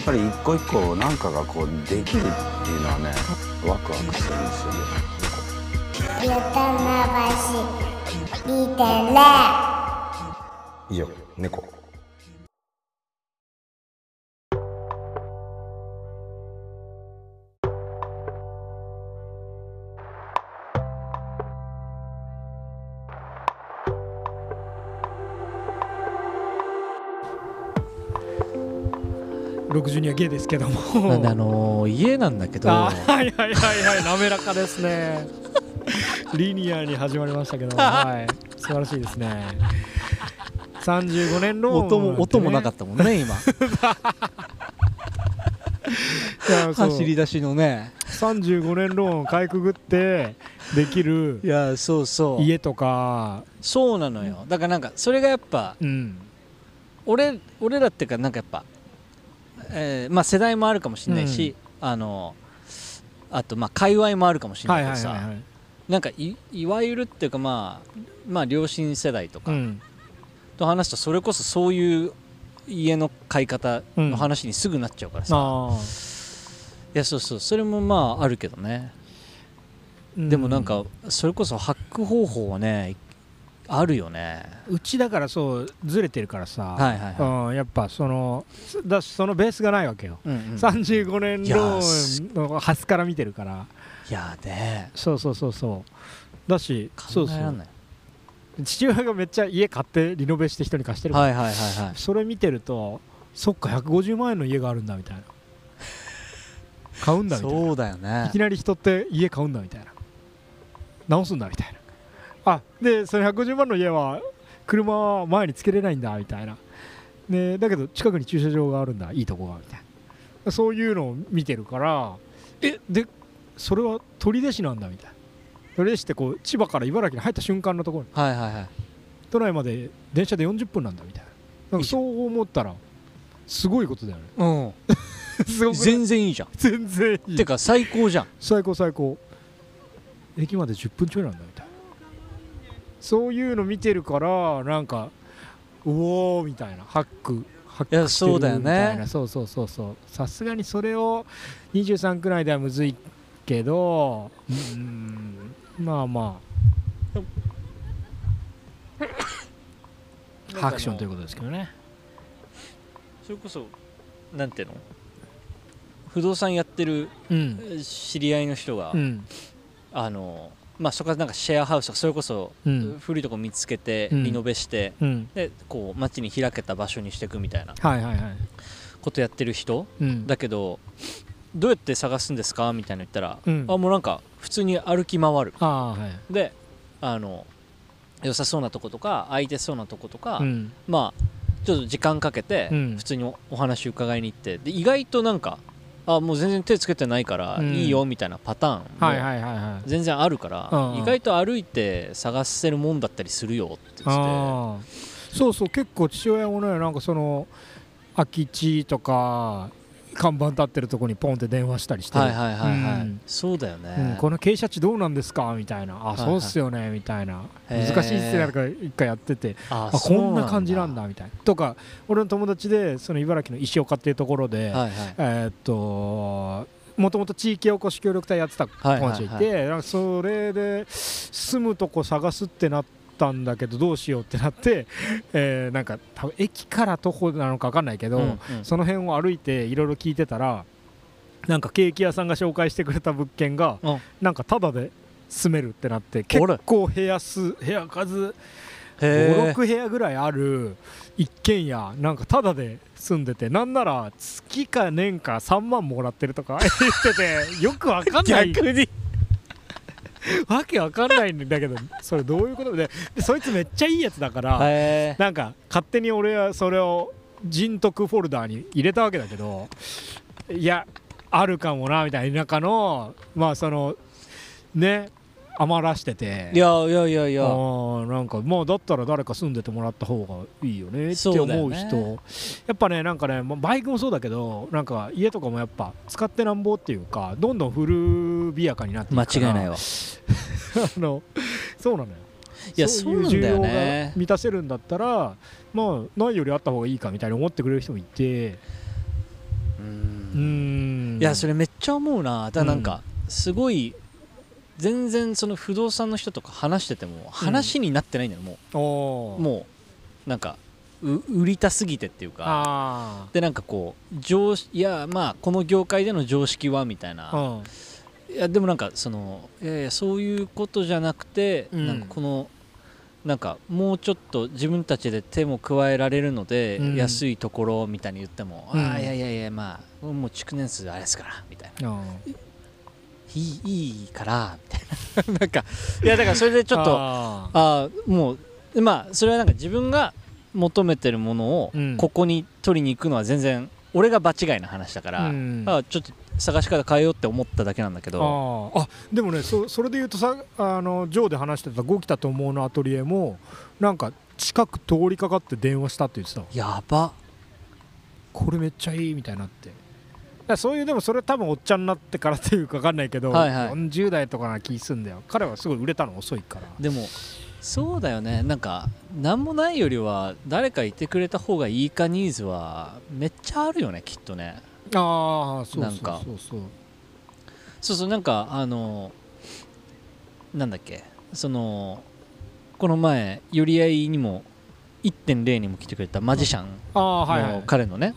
ぱり一個一個なんかがこうできるっていうのはね、ワクワクするんですよね。 ゆたまばし2.0。 以上、猫。 62はゲイですけども、 なんで家なんだけど、 はいはいはいはい、滑らかですね。リニアに始まりましたけど、はい、素晴らしいですね。35年ローン、 音もなかったもんね今。走り出しのね。 35年ローンかいくぐってできる、 いやそうそう家とか、 そうなのよ。だからなんかそれがやっぱ、 うん、 俺らっていうかなんかやっぱ、まあ世代もあるかもしれないし、あとまあ界隈もあるかもしれないけどさ、なんかいわゆるっていうかまあ両親世代とかと話すと、それこそそういう家の買い方の話にすぐなっちゃうからさ、いやそうそう、それもまああるけどね、でもなんかそれこそハック方法はねあるよね。 うちだからそうずれてるからさ、やっぱそのベースがないわけよ、35年ローンの端から見てるから。 いやね、 そうだし、そう父親がめっちゃ家買ってリノベして人に貸してるから、それ見てると、そっか150万円の家があるんだみたいな、買うんだみたいな、 そうだよね、 いきなり人って家買うんだみたいな、直すんだみたいな、あでその150万の家は車は前につけれないんだみたいな、ね、だけど近くに駐車場があるんだ、いいとこがみたいな、そういうのを見てるから、でそれは取手市なんだみたいな、取手市ってこう千葉から茨城に入った瞬間のところに、都内まで電車で40分なんだみたいな、なんかそう思ったらすごいことだよね。すごく全然いいじゃん。 全然いい。 てか最高じゃん。 最高。駅まで10分ちょいなんだみたいな、そういうの見てるから、なんかうおーみたいな、ハックしてるみたいな。 そうだよね。 そうさすがにそれを23くらいではむずいけど、まあハクションということですけどね。 それこそなんていうの、不動産やってる知り合いの人が、まあそこからなんかシェアハウスとか、それこそ古いとこ見つけてリノベして、でこう街に開けた場所にしていくみたいなことやってる人だけど、どうやって探すんですかみたいな言ったら、もうなんか普通に歩き回る、で良さそうなとことか空いてそうなとことか、まあちょっと時間かけて普通にお話伺いに行って、で意外となんかもう全然手つけてないからいいよみたいなパターンも全然あるから、意外と歩いて探せるもんだったりするよって言ってて、 そう結構父親もね、なんかその空き地とか看板立ってるとこにポンって電話したりして、 そうだよね、 この傾斜地どうなんですかみたいな、そうっすよねみたいな、難しいっすねとか一回やってて、こんな感じなんだみたいなとか、俺の友達でその茨城の石岡っていうところでもともと地域おこし協力隊やってた友達がいて、それで住むとこ探すってなったんだけどどうしようってなって、なんか多分駅から徒歩なのか分かんないけど、その辺を歩いていろいろ聞いてたら、なんかケーキ屋さんが紹介してくれた物件がなんかタダで住めるってなって、結構部屋数5、6部屋ぐらいある一軒家なんかタダで住んでて、なんなら月か年か3万もらってるとか言ってて、よくわかんない逆にわけわかんないんだけど、それどういうことで、そいつめっちゃいいやつだから、なんか勝手に俺はそれを人徳フォルダーに入れたわけだけど、いやあるかもなみたいな、田舎のまあそのね余らしてて、 いやなんかまあだったら誰か住んでてもらった方がいいよねって思う人、やっぱね、なんかねバイクもそうだけど、なんか家とかもやっぱ使ってなんぼっていうか、どんどん古びやかになっていくから、 間違いないわそうなのよ。 いやそういう需要が満たせるんだったら、まあないよりあった方がいいかみたいに思ってくれる人もいて、 いやそれめっちゃ思うな。だからなんかすごい全然その不動産の人とか話してても話になってないんだよ、もうなんか売りたすぎてっていうかでなんかこういやまあこの業界での常識はみたいな、いやでもなんかそのいやいやそういうことじゃなくて、なんかこのなんかもうちょっと自分たちで手も加えられるので、安いところみたいに言っても、いやいやいやまあもう築年数あれですからみたいな、いいからみたいななんかいやだからそれでちょっともうまあそれはなんか自分が求めてるものをここに取りに行くのは全然俺が場違いな話だから、ちょっと探し方変えようって思っただけなんだけど、 でもねそれで言うとさジョーで話してたゴキタと思うのアトリエもなんか近く通りかかって電話したって言ってた。 やば、 これめっちゃいいみたいになって、そういうでもそれ多分おっちゃんになってからっていうか分かんないけど、40代とかな気すんだよ。彼はすごい売れたの遅いから。 でもそうだよね、なんか何もないよりは誰かいてくれた方がいいかニーズはめっちゃあるよねきっとね。 そうなんかなんだっけそのこの前寄り合いにも 1.0 にも来てくれたマジシャンの彼のね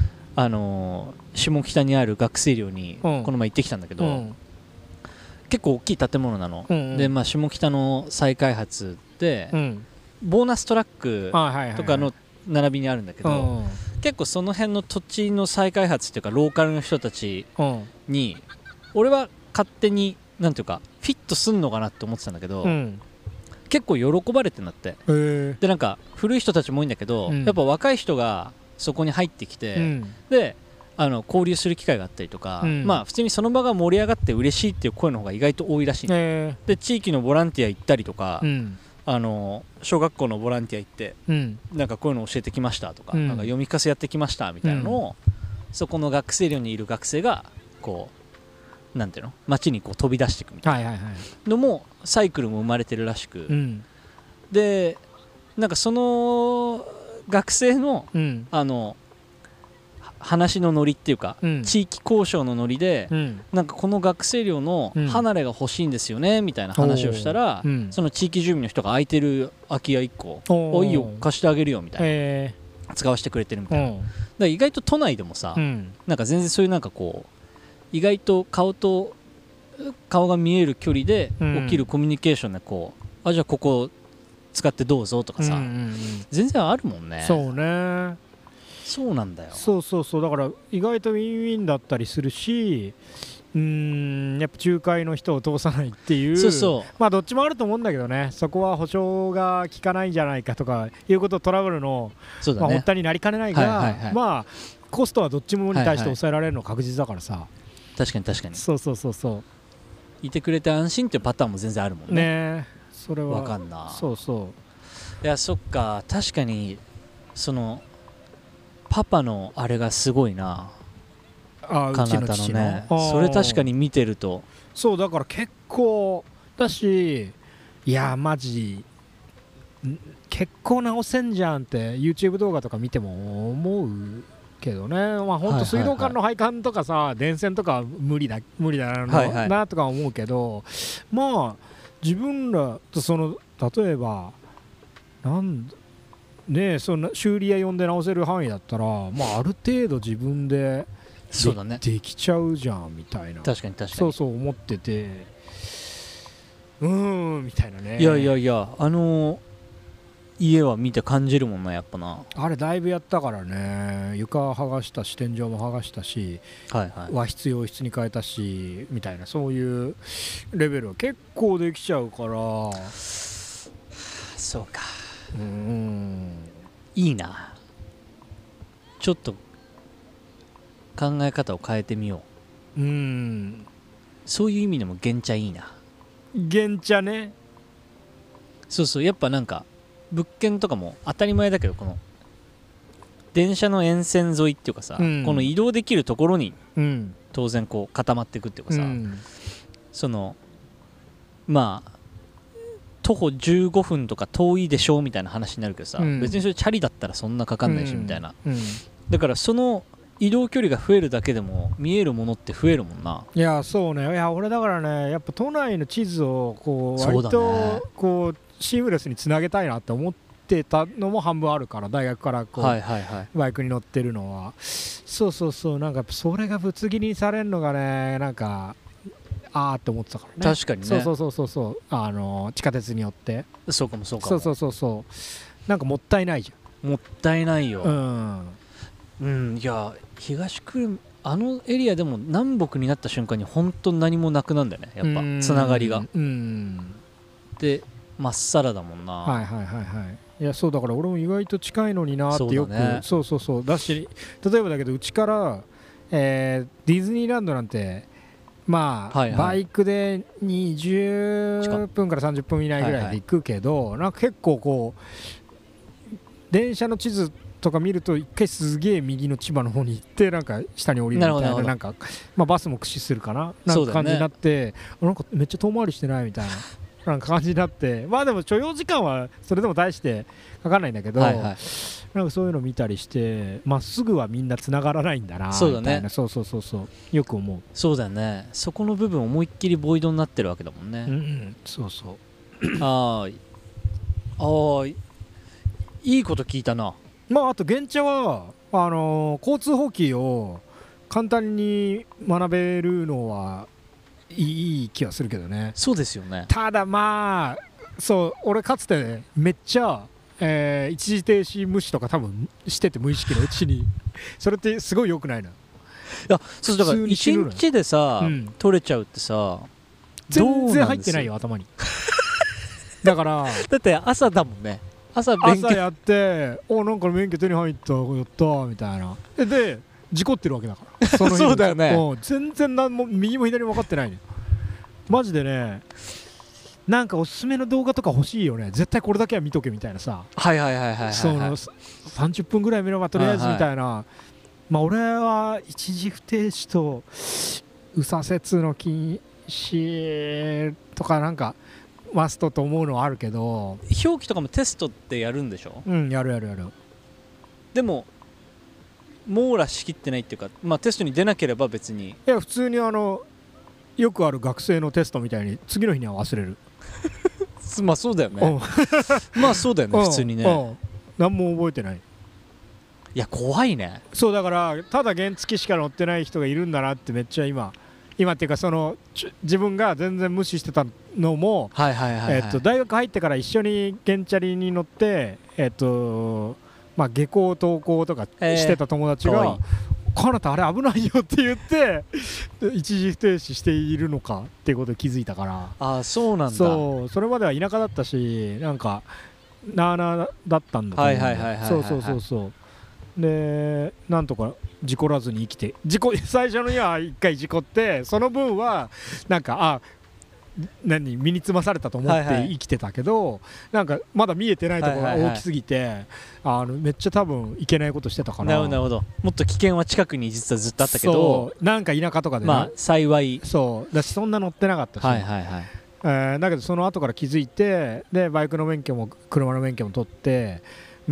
下北にある学生寮にこの前行ってきたんだけど、結構大きい建物なの、でまあ下北の再開発で、ボーナストラックとかの並びにあるんだけど、結構その辺の土地の再開発っていうかローカルの人たちに俺は勝手になんていうかフィットすんのかなって思ってたんだけど、結構喜ばれてなって、でなんか古い人たちも多いんだけど、やっぱ若い人がそこに入ってきて、で交流する機会があったりとか、まあ普通にその場が盛り上がって嬉しいっていう声の方が意外と多いらしい、で地域のボランティア行ったりとか、小学校のボランティア行って、なんかこういうの教えてきましたとか、なんか読み聞かせやってきましたみたいなのを、そこの学生寮にいる学生がこうなんていうの街にこう飛び出していくみたいなのもサイクルも生まれてるらしく、でなんかその学生の、話のノリっていうか、地域交渉のノリで、なんかこの学生寮の離れが欲しいんですよねみたいな話をしたら、その地域住民の人が空いてる空き家1個いいよ貸してあげるよみたいな、使わせてくれてるみたいな、だから意外と都内でもさ、なんか全然そういうなんかこう意外と顔と顔が見える距離で起きるコミュニケーションでこう、じゃあここ使ってどうぞとかさ、全然あるもんね。 そうね、 そうなんだよ。 そうだから意外とウィンウィンだったりするし、やっぱ仲介の人を通さないっていう、まあどっちもあると思うんだけどね、そこは保証が効かないんじゃないかとかいうことトラブルの、発端になりかねないが、まあコストはどっちもに対して抑えられるの確実だからさ。 確かにそういてくれて安心っていうパターンも全然あるもんね。 それは分かんな。 そういやそっか、確かにそのパパのあれがすごいな、カナダのね。それ確かに見てるとそうだから結構だし、いやマジ結構直せんじゃんって YouTube 動画とか見ても思うけどね。まあ本当水道管の配管とかさ、電線とか無理だなとか思うけど、まあ自分らとその例えばそんな修理屋呼んで直せる範囲だったら、まあある程度自分でできちゃうじゃんみたいな。 確かにそう思ってて、みたいなね。 いや家は見て感じるもんな、やっぱな。 あれだいぶやったからね。床剥がしたし天井も剥がしたし、和室洋室に変えたしみたいな、そういうレベルは結構できちゃうから。 そうか、いいな。ちょっと考え方を変えてみよう。そういう意味でも原茶いいな。 原茶ね。 そうやっぱなんか物件とかも当たり前だけど、この電車の沿線沿いっていうかさ、この移動できるところに当然こう固まっていくっていうかさ、そのまあ徒歩15分とか遠いでしょみたいな話になるけどさ、別にそれチャリだったらそんなかかんないしみたいな、だからその移動距離が増えるだけでも見えるものって増えるもんな。 いやそうね、いや俺だからねやっぱ都内の地図をこう割とこうシームレスにつなげたいなって思ってたのも半分あるから、大学からこう、 はいはいはい、 バイクに乗ってるのはそうそうそう、なんかやっぱそれがぶつ切りにされるのがねなんかあーって思ってたからね。 確かにね。 そうそうそうそう、地下鉄によってそうかもそうかも。 そうそうそうそう、なんかもったいないじゃん。もったいないよ。 うん、 いや東久留あのエリアでも南北になった瞬間に本当に何もなくなんだよね、やっぱつながりが。でまっさらだもんな。 はいはいはいはい。いやそうだから俺も意外と近いのになってよくそうそうそうだし、例えばだけどうちから、ディズニーランドなんてまあ、はいはい、バイクで20分から30分以内ぐらいで行くけど、はいはい、なんか結構こう電車の地図とか見ると一回すげえ右の千葉の方に行ってなんか下に降りるみたいな、なんか、まあ、バスも駆使するかななんか感じになって、なんかめっちゃ遠回りしてないみたいななんか感じになって、まあでも所要時間はそれでも大してかかんないんだけど、はいはい、なんかそういうの見たりしてまっすぐはみんなつながらないんだなみたいな、そうそうそうそうよく思う。 そうだよね、そこの部分思いっきりボイドになってるわけだもんね。 うん、うん、そうそうああいいこと聞いたな。 まああと現茶は交通法規を簡単に学べるのはいい気はするけどね。 そうですよね。 ただまあそう俺かつて、ね、めっちゃ、一時停止無視とか多分してて無意識のうちにそれってすごい良くないの。いやそうだから1日でさ、取れちゃうってさ全然入ってないよ頭にだからだって朝だもんね。朝やってなんか免許手に入ったやったみたいなで事故ってるわけだからそのそうだよね。 全然何も右も左も分かってないねマジでね。なんかおすすめの動画とか欲しいよね。絶対これだけは見とけみたいなさ。 はいはいはいはい、はい、 その30分ぐらい見ればとりあえずみたいな、はいはい、まあ俺は一時不停止と右左折の禁止とかなんかマストと思うのはあるけど、 表記とかもテストってやるんでしょ。 うん、やるでも網羅しきってないっていうか、まあテストに出なければ別に。 いや普通によくある学生のテストみたいに次の日には忘れるまあそうだよねまあそうだよね普通にね。 何も覚えてない。いや怖いね。 そうだからただ原付しか乗ってない人がいるんだなってめっちゃ今っていうか自分が全然無視してたのも大学入ってから一緒に原チャリに乗ってまあ下校登校とかしてた友達がかなたあれ危ないよって言って一時不停止しているのかっていうことに気づいたから。 あそうなんだ。 それまでは田舎だったしなんかなあなあだったんだと思う。そうそうでなんとか事故らずに生きて最初の日は1回事故ってその分はなんか身につまされたと思って生きてたけど、なんかまだ見えてないところが大きすぎてめっちゃ多分いけないことしてたから。 なるほど。もっと危険は近くに実はずっとあったけどなんか田舎とかでね、 まあ幸いそうだしそんな乗ってなかったし、だけどその後から気づいてでバイクの免許も車の免許も取って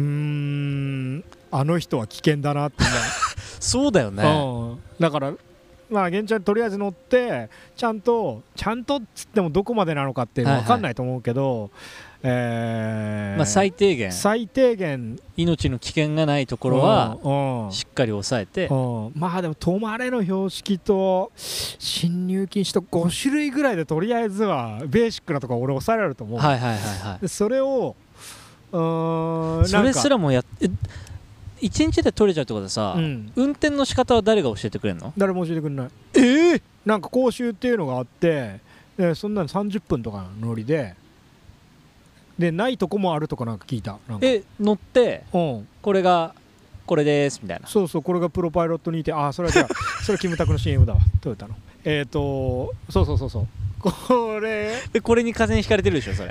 あの人は危険だなってそうだよね、 だからまあ現地はとりあえず乗ってちゃんとっつってもどこまでなのかっていうの分かんないと思うけど、 まあ最低限命の危険がないところはしっかり抑えて、 まあでも止まれの標識と進入禁止と5種類ぐらいでとりあえずはベーシックなところ俺抑えられると思う。でそれをそれすらも1日で取れちゃうってことでさ、運転の仕方は誰が教えてくれるの？ 誰も教えてくれない。なんか講習っていうのがあってそんなの30分とかの乗りでないとこもあるとかなんか聞いた。 乗って、これがこれですみたいな。 そうこれがプロパイロット2.0それはじゃあそれキムタクの CM だわトヨタのそうこれに風に引かれてるでしょそれ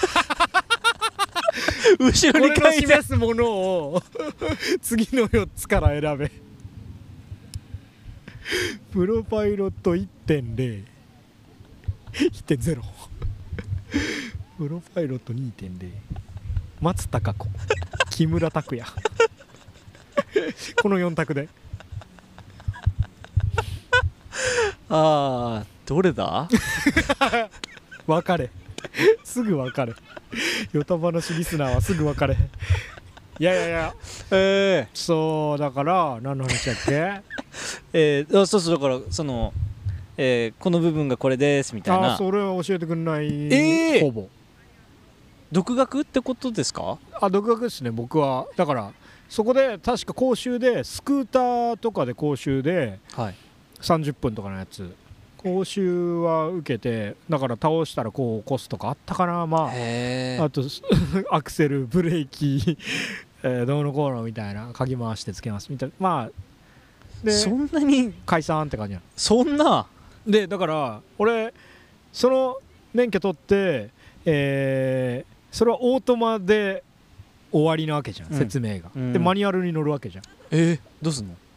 後ろにこれの示すものを次の4つから選べプロパイロット 1.0 1.0 プロパイロット 2.0 松たか子木村拓哉この4択でああどれだ別れすぐ別れヨタ話リスナーはすぐ別れいやいやいやそうだから何の話だっけそうそうだからその、この部分がこれですみたいな。 それは教えてくんない、ほぼ独学ってことですか？ 独学ですね僕は。だからそこで確か講習でスクーターとかで講習で30分とかのやつ講習は受けて、だから倒したらこう起こすとかあったかな。あとアクセルブレーキどうのこうのみたいな、鍵回してつけますみたいな。でそんなに解散って感じなの。 そんなでだから俺その免許取って、それはオートマで終わりなわけじゃん、説明が、でマニュアルに乗るわけじゃん。 どうすんの？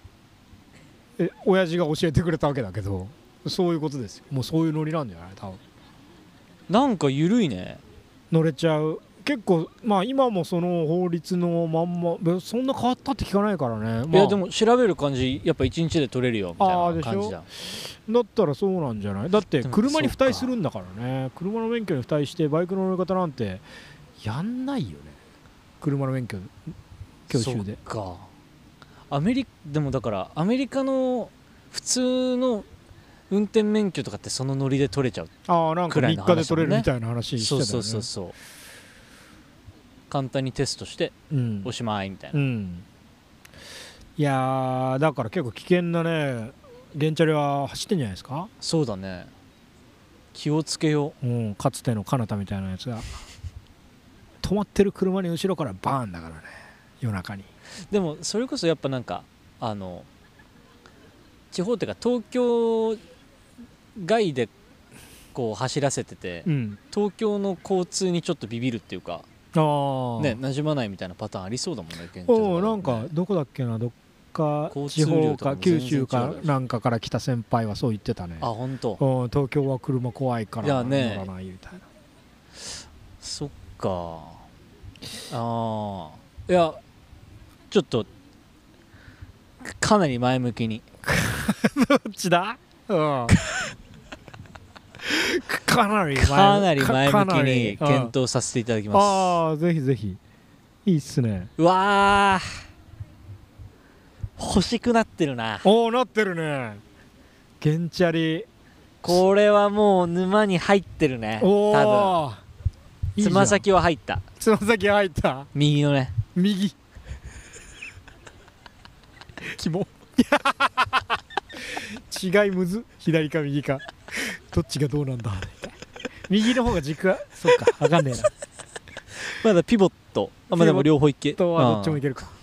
親父が教えてくれたわけだけど、そういうことですよ。もうそういうノリなんじゃない？多分なんか緩いね。 乗れちゃう。結構今もその法律のまんまそんな変わったって聞かないからね。 いやでも調べる感じやっぱ1日で取れるよみたいな感じだ。 だったらそうなんじゃない？だって車に付帯するんだからね。車の免許に付帯してバイクの乗り方なんてやんないよね。車の免許教習で。 そうか。でもだからアメリカの普通の運転免許とかってそのノリで取れちゃうなんか3日で取れるみたいな話してたよね。 そう簡単にテストしておしまいみたいな、 いやだから結構危険なね原チャリは走ってんじゃないですか。 そうだね、気をつけよう。かつての彼方みたいなやつが止まってる車に後ろからバーンだからね、夜中に。 でもそれこそやっぱなんか地方っていうか東京外でこう走らせてて、東京の交通にちょっとビビるっていうか馴染まないみたいなパターンありそうだもんね。 なんかどこだっけな、どっか地方か九州かなんかから来た先輩はそう言ってたね。 本当。 東京は車怖いから乗らないみたいな。 そっか。いやちょっとかなり前向きにどっちだ？かなり前向きに検討させていただきます。ぜひぜひ。いいっすね。 うわ欲しくなってるな。 なってるね。原チャリこれはもう沼に入ってるね。多分つま先は入った。右のね。 右キモ違いむず、左か右かどっちがどうなんだ。右の方が軸はそうか分かんねえな。 まだピボットでも両方いけとはどっちもいけるか。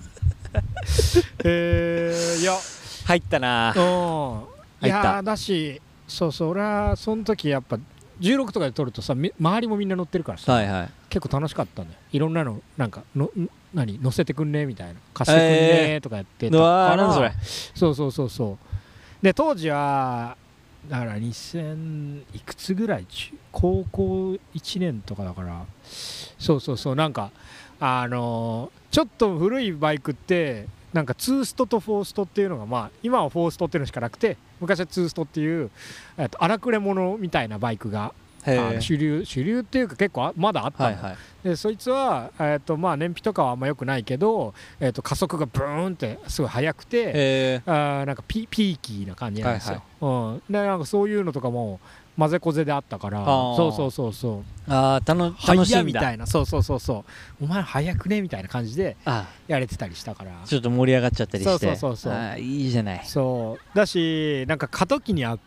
いや入ったな。 いやだし俺はその時やっぱ16とかで撮るとさ、周りもみんな乗ってるからさ、結構楽しかったんだよ。いろんなのなんか乗せてくんねみたいな、貸してくんねとかやってたから。 それそうで当時はだから2000いくつぐらい、高校1年とかだから、そうなんかちょっと古いバイクってなんか2ストと4ストっていうのが、今は4ストっていうのしかなくて、昔は2ストっていう荒くれ者みたいなバイクが主流っていうか結構まだあったの。でそいつは燃費とかはあんま良くないけど、加速がブーンってすごい速くて、なんかピーキーな感じなんですよ。でなんかそういうのとかも混ぜこぜであったから、楽しいみたいな、お前速くねみたいな感じでやれてたりしたから、 ちょっと盛り上がっちゃったりして、いいじゃない。 そうだし、なんか過渡期にあって、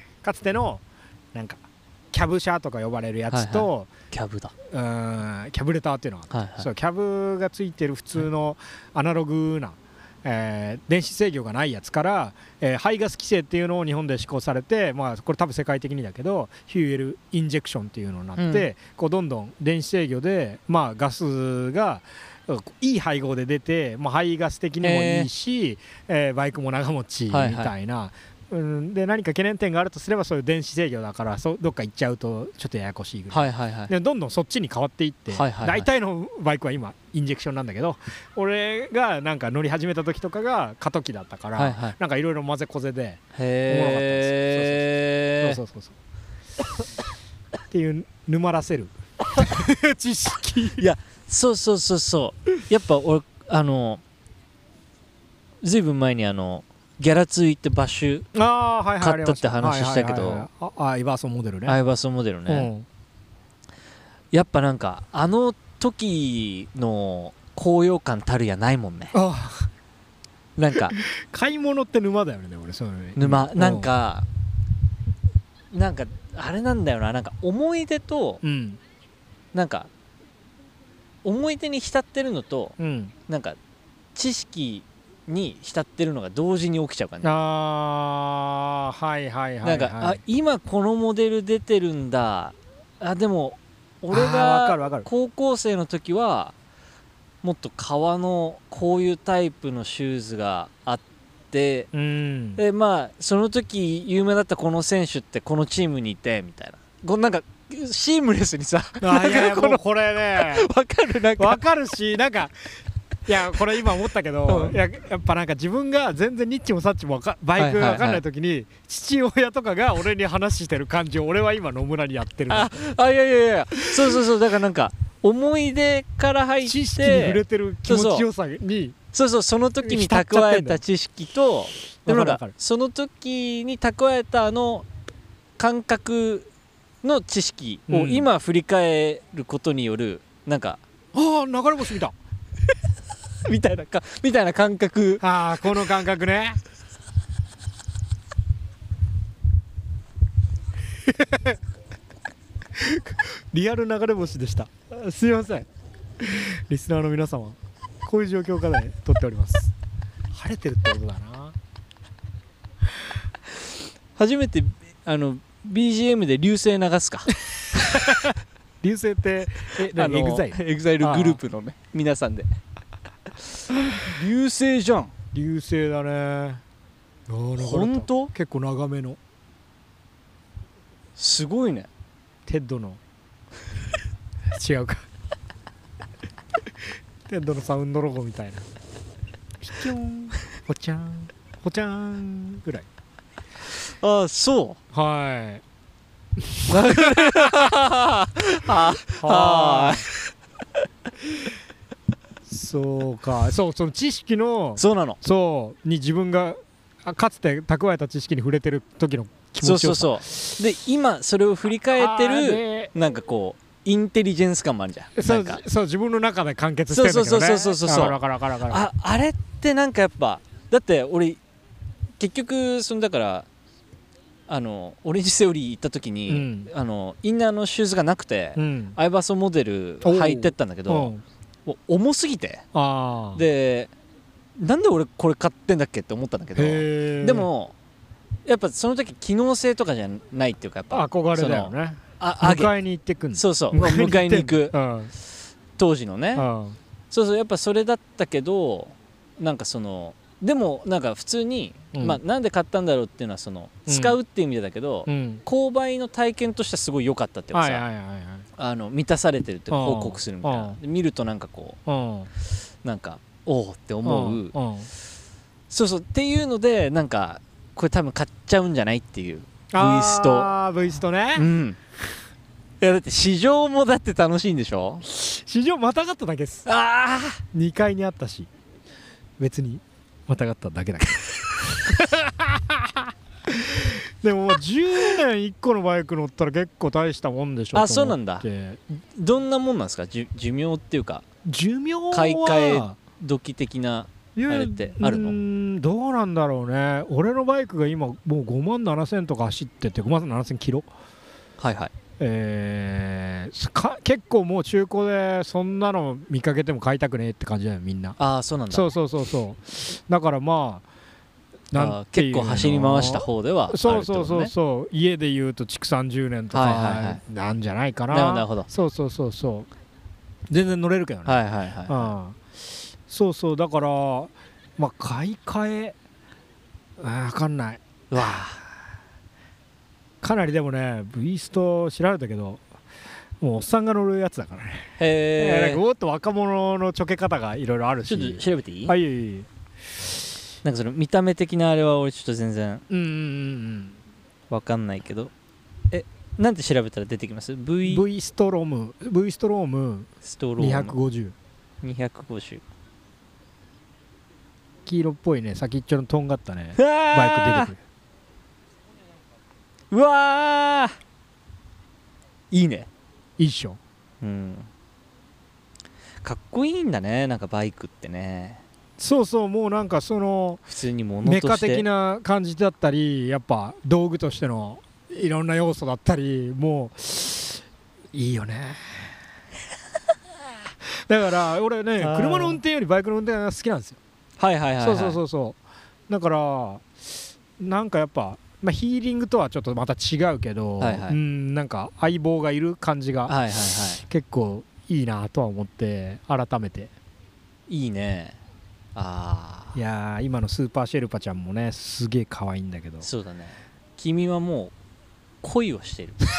かつてのなんかキャブ車とか呼ばれるやつと、 キャブだ、 キャブレターっていうのが、キャブがついてる普通のアナログな、電子制御がないやつから、排ガス規制っていうのを日本で施行されて、これ多分世界的にだけどフューエルインジェクションっていうのになって、こうどんどん電子制御で、ガスがいい配合で出て、排ガス的にもいいし、バイクも長持ちみたいな、 で何か懸念点があるとすればそういう電子制御だからどっか行っちゃうとちょっとややこしいぐらい、でどんどんそっちに変わっていって、大体のバイクは今インジェクションなんだけど、俺がなんか乗り始めた時とかが過渡期だったから、なんかいろいろ混ぜこぜでおもろかったんですよ。そうっていう沼らせる知識。 いやそうやっぱ俺ずいぶん前にギャラツイってバッシュ買ったって話したけど、 アイバーソンモデルね。 アイバーソンモデルね、やっぱなんかあの時の高揚感たるやないもんね。なんか買い物って沼だよね。俺そういうの沼なんかあれなんだよな、なんか思い出と、なんか思い出に浸ってるのと、なんか知識に浸ってるのが同時に起きちゃう感じ。なんか今このモデル出てるんだ。でも俺が高校生の時はもっと革のこういうタイプのシューズがあって、でまあその時有名だったこの選手ってこのチームにいてみたいな、なんかシームレスにさ、 いやもうこれね分かる、なんか分かるし、なんかいやこれ今思ったけど、やっぱなんか自分が全然ニッチもサッチもバイクが分かんない時に父親とかが俺に話してる感じを俺は今野村にやってる。 いやそうだからなんか思い出から入って知識に触れてる気持ちよさにその時に蓄えた知識と、でもなんかその時に蓄えた感覚の知識を今振り返ることによるなんか流れ星見たみたいな感覚。 この感覚ねリアル流れ星でした。すいませんリスナーの皆様、こういう状況下で撮っております。晴れてるってことだな。 初めてBGM で流星流すか流星ってエグザイルグループのね皆さんで流星じゃん。 流星だね。 本当？ 結構長めのすごいね。 テッドの違うかテッドのサウンドロゴみたいなピキョンほちゃんほちゃんぐらい。 そうはいそうか。その知識のに自分がかつて蓄えた知識に触れてる時の気持ちよさ。 で今それを振り返ってるなんかこうインテリジェンス感もあるじゃん。 そう自分の中で完結してるんだけどね。 あれってなんかやっぱだって俺結局だからオレンジセオリー行った時に、インナーのシューズがなくて、アイバーソンモデル履いてったんだけど、重すぎて、でなんで俺これ買ってんだっけって思ったんだけど、でもやっぱその時機能性とかじゃないっていうか、やっぱ憧れだよね。迎えに行ってくんの。 迎えに行く当時のね、やっぱそれだったけど、なんかでもなんか普通に、なんで買ったんだろうっていうのは使うっていう意味でだけど、購買の体験としてはすごい良かったっていうかさ、満たされてるって報告するみたいな。見るとなんかこうなんかおおって思う、っていうのでなんかこれ多分買っちゃうんじゃないっていう。 V ストね。 いやだって市場もだって楽しいんでしょ。 市場またがっただけです。2階にあったし別にまたがっただけだけどでも10年1個のバイク乗ったら結構大したもんでしょ。 そうなんだ。どんなもんなんですか、寿命っていうか。 寿命は買い替え時的なあれってあるの？ どうなんだろうね。俺のバイクが今もう5万7000とか走ってて、5万7000キロ。結構もう中古でそんなの見かけても買いたくねえって感じだよみんな。 そうなんだ。 そうだからまあ結構走り回した方ではあるってことね。 そう家でいうと築30年とかなんじゃないかな。 なるほど。 そう全然乗れるけどね。だからまあ買い替え分かんない。 うわかなりでもね V スト調べたけどもうおっさんが乗るやつだからね。なんかもっと若者のちょけ方がいろいろあるし。 ちょっと調べていい？ はい。 なんかその見た目的なあれは俺ちょっと全然わかんないけど、なんて調べたら出てきます？ V ストローム250 黄色っぽいね先っちょのとんがったねバイク出てくる。 うわーいいね。 いいっしょ。 かっこいいんだねなんかバイクってね。 そうそうもうなんかその普通に物としてメカ的な感じだったりやっぱ道具としてのいろんな要素だったりもういいよねだから俺ね車の運転よりバイクの運転が好きなんですよ。そうだからなんかやっぱヒーリングとはちょっとまた違うけど、なんか相棒がいる感じが結構いいなとは思って改めて。 いいね。 いや今のスーパーシェルパちゃんもねすげえ可愛いんだけど。 そうだね。君はもう恋をしてるって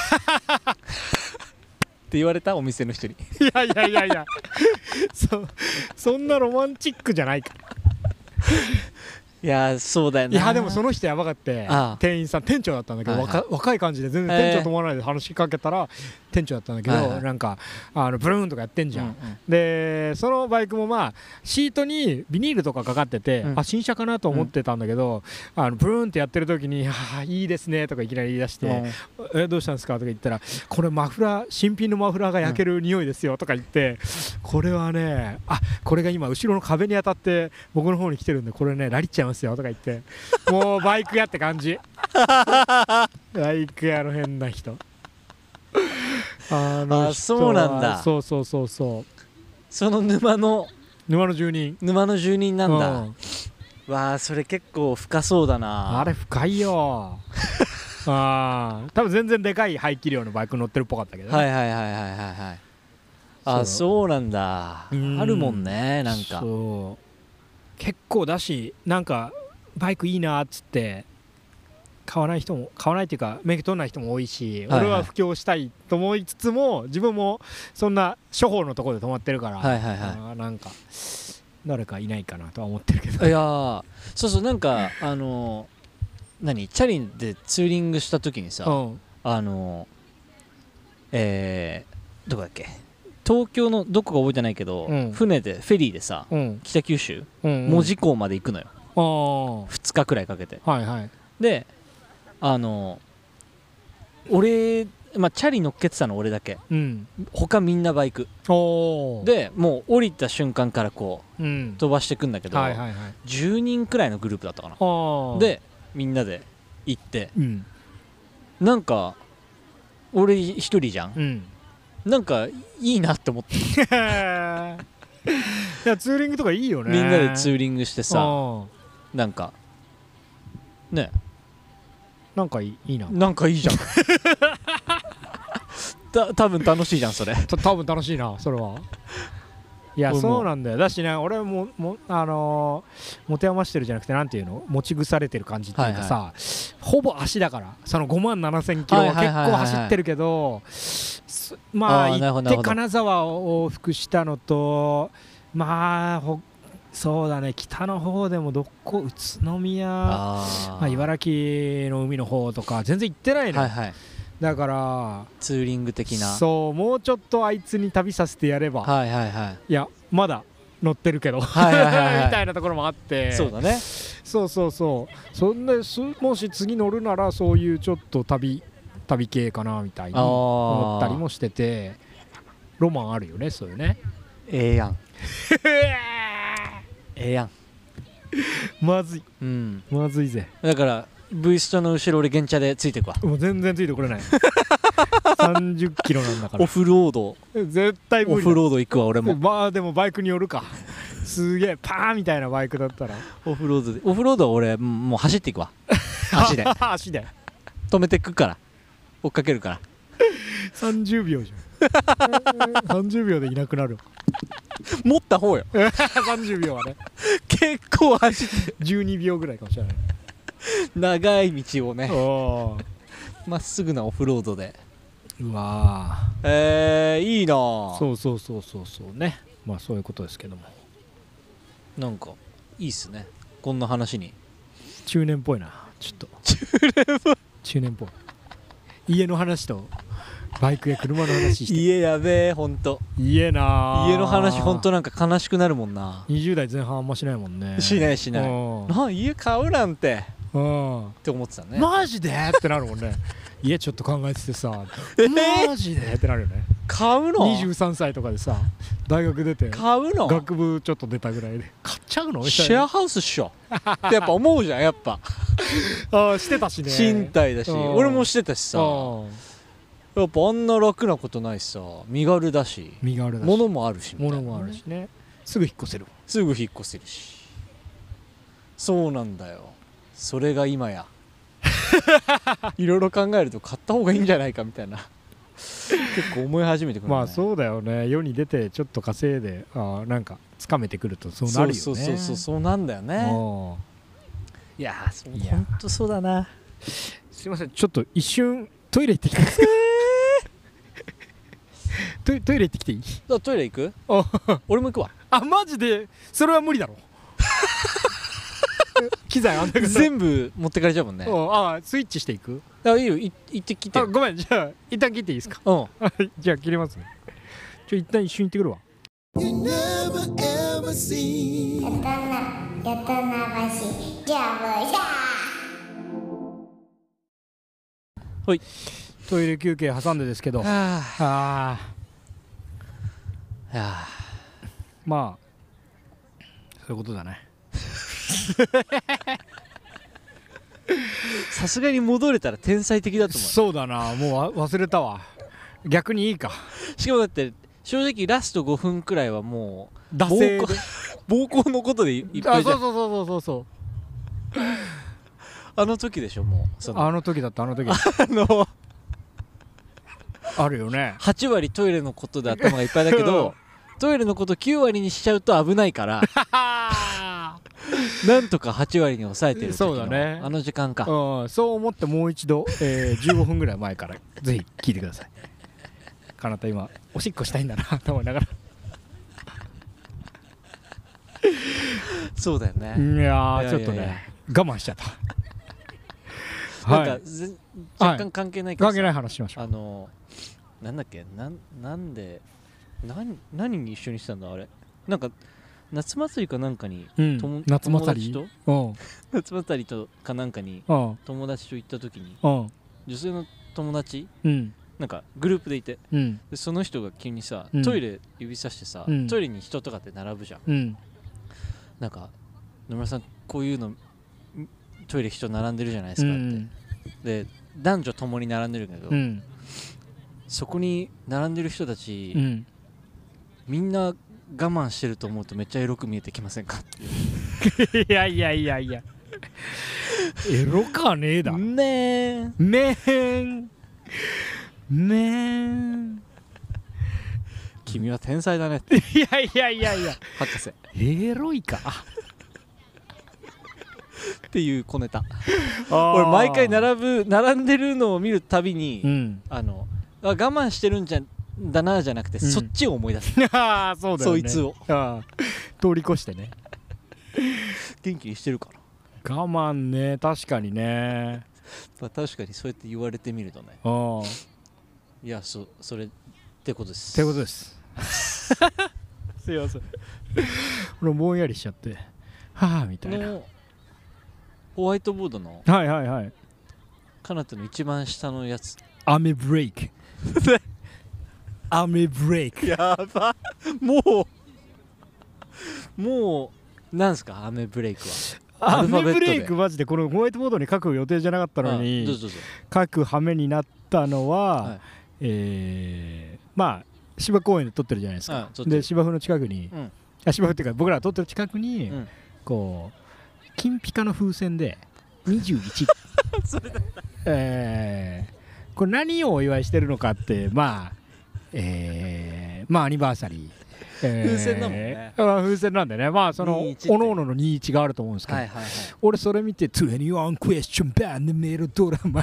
言われたお店の人に。 いやそんなロマンチックじゃないからいやそうだよね。 いやでもその人やばかって店員さん店長だったんだけど、若い感じで全然店長と思わないで話しかけたら店長だったんだけど、なんかブルーンとかやってんじゃん、でそのバイクもシートにビニールとかかかってて、新車かなと思ってたんだけど、ブルーンってやってる時にいいですねとかいきなり言い出して、どうしたんですかとか言ったらこれマフラー新品のマフラーが焼ける匂いですよとか言って、これはねこれが今後ろの壁に当たって僕の方に来てるんでこれねラリっちゃいますよとか言ってもうバイク屋って感じバイク屋の変な人そうなんだ。 そうその沼の住人なんだ、わあそれ結構深そうだな。 あれ深いよ多分全然でかい排気量のバイク乗ってるっぽかったけどね。 そうなんだ。あるもんねなんか。 そう結構だしなんかバイクいいなっつって買わないっていうか免許取らない人も多いし、俺は布教したいと思いつつも自分もそんな処方のところで止まってるから、なんか誰かいないかなとは思ってるけど。 いやそうなんかチャリでツーリングした時にさ、どこだっけ東京のどこか覚えてないけど、船でフェリーでさ、北九州門司港まで行くのよ、2日くらいかけて。で俺チャリ乗っけてたの俺だけ、他みんなバイクでもう降りた瞬間からこう、飛ばしてくんだけど、10人くらいのグループだったかな。でみんなで行って、なんか俺一人じゃん、なんかいいなって思っていやツーリングとかいいよね。 みんなでツーリングしてさ、なんかねなんかいいな。 なんかいいじゃん多分楽しいじゃんそれ。 多分楽しいなそれは。いやそうなんだよ。だしね俺も持て余してるじゃなくてなんていうの持ち腐れてる感じっていうかさ、ほぼ足だからその57000キロは結構走ってるけど、行って金沢を往復したのとそうだね北の方でも宇都宮茨城の海の方とか全然行ってないの、だからツーリング的な。 そうもうちょっとあいつに旅させてやれば、いやまだ乗ってるけどみたいなところもあって。 そうだね。 そんでもし次乗るならそういうちょっと旅系かなみたいに思ったりもしてて、ロマンあるよねそういうね。 やんやんまずいぜ。だからブイストの後ろ俺原チャでついてくわ。 もう全然ついてこれない30キロなんだから。 オフロード絶対無理。 オフロード行くわ俺も。 でもバイクによるか。すげえパーンみたいなバイクだったらオフロードは俺もう走っていくわ足で止めてくから追っかけるから 30秒じゃん30秒でいなくなる。 持った方よ 30秒はね結構走って 12秒ぐらいかもしれない長い道をねおーまっすぐなオフロードでうわいいなーそうね。まあそういうことですけども、 なんかいいっすねこんな話に。 中年っぽいな。ちょっと中年っぽい。家の話とバイクや車の話して。 家やべえほんと。 家なー。 家の話ほんとなんか悲しくなるもんな。 20代前半あんましないもんね。 しないしない。家買うなんてって思ってたね。 マジでってなるもんね。家ちょっと考えててさ、マジでってなるよね。 買うの 23歳とかでさ、大学出て買うの学部ちょっと出たぐらいで買っちゃうのみたいな。 シェアハウスっしょってやっぱ思うじゃん。やっぱしてたしね。 賃貸だし俺もしてたしさ、やっぱあんな楽なことないしさ、身軽だし物もあるしみたいな、 物もあるしね。すぐ引っ越せる、 すぐ引っ越せるし。そうなんだよ。それが今やいろいろ考えると買った方がいいんじゃないかみたいな結構思い始めてくるね。 まあそうだよね。世に出てちょっと稼いでなんかつかめてくるとそうなるよね。 そうなんだよね。いやーほんとそうだな。 すいません、ちょっと一瞬トイレ行ってきていいですか？トイレ行ってきていい？ トイレ行く？俺も行くわ。 マジで？それは無理だろ。機材あんだから全部持ってかれちゃうもんね。 スイッチしていく？ いいよ、行ってきて。 ごめん、じゃあ一旦切っていいですか？じゃあ切れますね。一旦一瞬行ってくるわ。 はい、 トイレ休憩挟んでですけど、まあそういうことだね。 さすがに戻れたら天才的だと思う。 そうだな、もう忘れたわ。逆にいいか。 しかもだって正直ラスト5分くらいはもう膀胱のことでいっぱいじゃん。 そうあの時でしょ。もうあの時だった。あるよね。 8割トイレのことで頭がいっぱいだけどトイレのこと9割にしちゃうと危ないからなんとか8割に抑えてる時のあの時間か。 そう思ってもう一度、15分ぐらい前からぜひ聞いてください。かなた今おしっこしたいんだなと思いながらそうだよね。 いやちょっとね我慢しちゃった。 なんか若干関係ないけど、 関係ない話しましょう。 なんだっけ、なんで何に一緒にしたんだあれ。なんか夏祭りかなんかに、 夏祭り夏祭りとかなんかに友達と行った時に女性の友達なんかグループでいて、でその人が急にさトイレ指さしてさ、トイレに人とかって並ぶじゃん。なんか野村さんこういうのトイレ人並んでるじゃないですかって、で男女ともに並んでるけど、そこに並んでる人たち、みんな我慢してると思うとめっちゃエロく見えてきませんかっていう。 いやエロかねえだねえ君は天才だねって。 いや博士エロいかっていう小ネタ。俺毎回並んでるのを見るたびに、我慢してるんだなじゃなくて、そっちを思い出す。そうだよね、そいつを通り越してね。 元気にしてるかな。我慢ね、確かにね。 確かにそうやって言われてみるとね。いやそれってことです。 ってことです。すいません。俺ぼんやりしちゃってはぁみたいな。 ホワイトボードのかなたの一番下のやつ、 雨ブレイク雨ブレイク。 やばもうなんすか雨ブレイクは。 雨ブレイクマジでこのホワイトボードに書く予定じゃなかったのに書く羽目になったのは、まあ芝公園で撮ってるじゃないですか。で芝生の近くに、芝生っていうか僕らが撮ってる近くに、こう金ピカの風船で21それだった。これ何をお祝いしてるのかってまあアニバーサリ風船だもんね。 風船なんでね、まあその 21 おのおのの21があると思うんですけど、 はいはいはい。 俺それ見て21クエスチョンバンドメロドラマ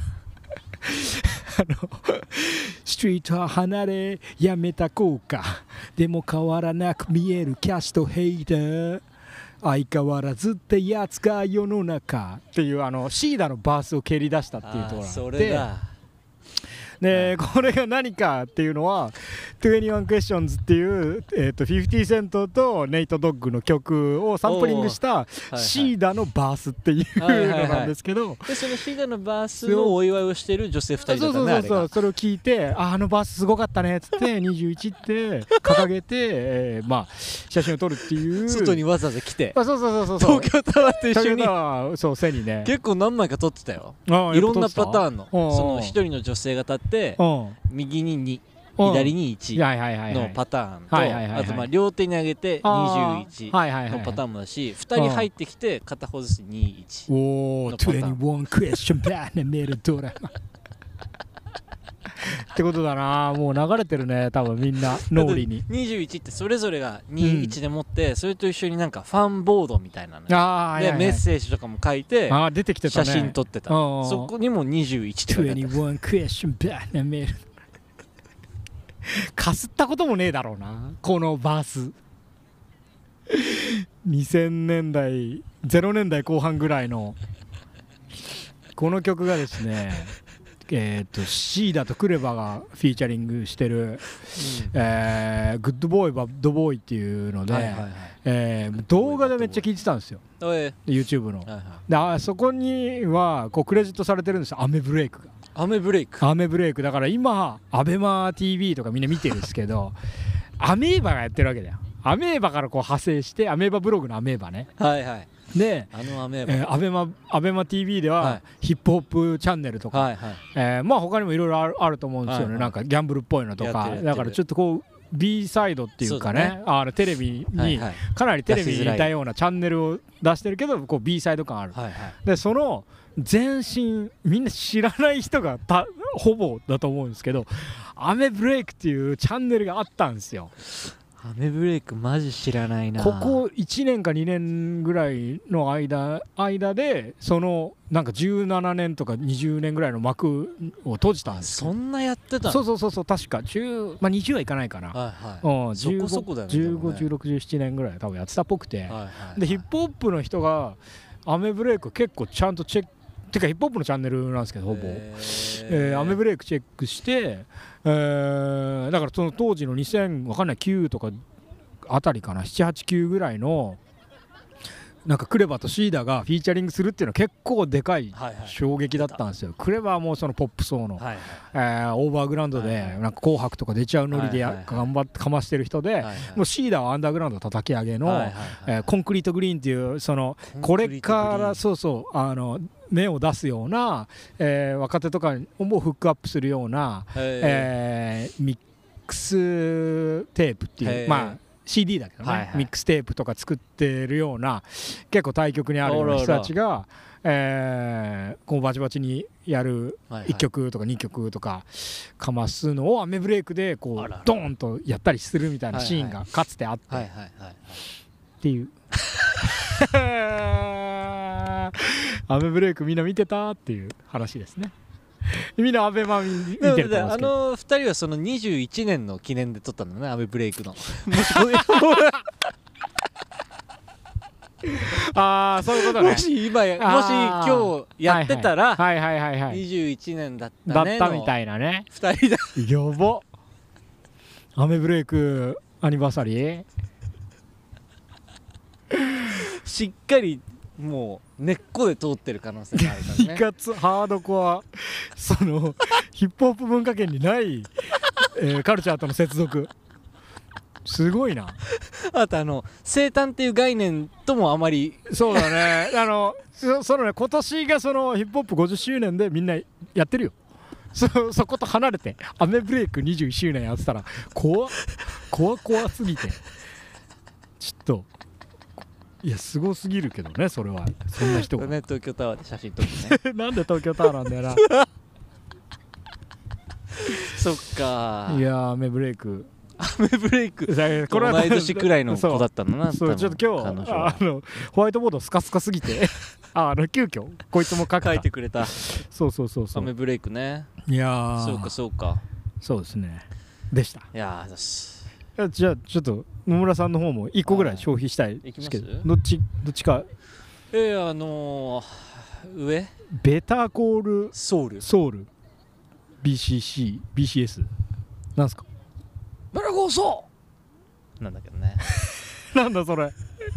ストリートは離れやめた効果でも変わらなく見えるキャストヘイター相変わらずってやつが世の中っていうシーダのバースを蹴り出したっていうところがあって、 それだ。 でこれが何かっていうのは21 Questions っていう、50セントとネイト・ドッグの曲をサンプリングしたシーダのバースっていうのなんですけど、 でそのシーダのバースのお祝いをしている女性2人だったね。 そうそれを聞いてあのバースすごかったねっつって21って掲げて、まあ写真を撮るっていう外にわざわざ来てそう東京タワーと一緒にそう背にね結構何枚か撮ってたよ。いろんなパターンのその一人の女性が立って右に2左に1のパターンとあとまあ両手に上げて21のパターンもだし2人入ってきて片方ずつ21 おお21クエスチョンバーナメルドラマってことだな。もう流れてるね多分みんな脳裏に。 21ってそれぞれが21で持ってそれと一緒になんかファンボードみたいなのでメッセージとかも書いて出てきてたね。 写真撮ってた。そこにも21って書いてあった。 21クエスチョンバーナメルかすったこともねえだろうなこのバース。2000年代0年代後半ぐらいのこの曲がですねシーダとクレバがフィーチャリングしてる、グッドボーイバッドボーイっていうので動画でめっちゃ聴いてたんですよ YouTube の。でそこにはこうクレジットされてるんですよアメブレイクが。アメブレイクだから今アベマ TV とかみんな見てるんですけどアメーバがやってるわけだよ。アメーバからこう派生してアメーバブログのアメーバね。でアベマ TV ではヒップホップチャンネルとかまあ他にもいろいろあると思うんですよね。なんかギャンブルっぽいのとかだからちょっとこう B サイドっていうかねテレビにかなりテレビに似たようなチャンネルを出してるけどこう B サイド感ある。でその前身みんな知らない人がほぼだと思うんですけどアメブレイクっていうチャンネルがあったんですよ。 アメブレイクマジ知らないな。 ここ1年か2年ぐらいの間でそのなんか17年とか20年ぐらいの幕を閉じたんですよ。 そんなやってたの？ そう確か20はいかないかな。15、16、17年ぐらい多分やってたっぽくてでヒップホップの人がアメブレイク結構ちゃんとチェックてかヒップホップのチャンネルなんですけどほぼアメブレイクチェックしてだからその当時の2000わかんない9とかあたりかな789ぐらいのなんかクレバとシーダがフィーチャリングするっていうのは結構でかい衝撃だったんですよ。クレバはもうそのポップ層のオーバーグラウンドでなんか紅白とか出ちゃうノリで頑張ってかましてる人でもうシーダはアンダーグラウンド叩き上げのコンクリートグリーンっていうそのこれから目を出すような若手とかをもフックアップするようなミックステープっていうまあCD だけどねミックステープとか作ってるような結構対極にあるような人たちがこうバチバチにやる1曲とか2曲とかかますのをアメブレイクでこうドーンとやったりするみたいなシーンがかつてあってっていうアメブレイクみんな見てたっていう話ですね。みんなアベマ見てると思うんですけど 2人はその21年の記念で撮ったんだねアメブレイクのそういうことね。 もし今日やってたら21年だったねだったみたいなね。 2人だやばアメブレイクアニバーサリーしっかりもう根っこで通ってる可能性があるからね。 いかつハードコアそのヒップホップ文化圏にない、カルチャーとの接続すごいな。 あと生誕っていう概念ともあまりそうだねそのね今年がそのヒップホップ50周年でみんなやってるよ。そこと離れてアメブレイク21周年やってたら怖すぎてちょっといやすごすぎるけどねそれはそんな人がね東京タワーで写真撮ってねなんで東京タワーなんだよなそっかいやアメブレイクアメブレイクこれは同い年くらいの子だったのな。 そうちょっと今日ホワイトボードスカスカすぎて急遽こいつも書いてくれた。 そうアメブレイクね。 いやそうかそうですねでした。 いやじゃあちょっと野村さんの方も1個ぐらい消費したいですけど、どっちか。 上ベターコールソウル BCS なんすか。 ベラゴーソーなんだけどね。 なんだそれ。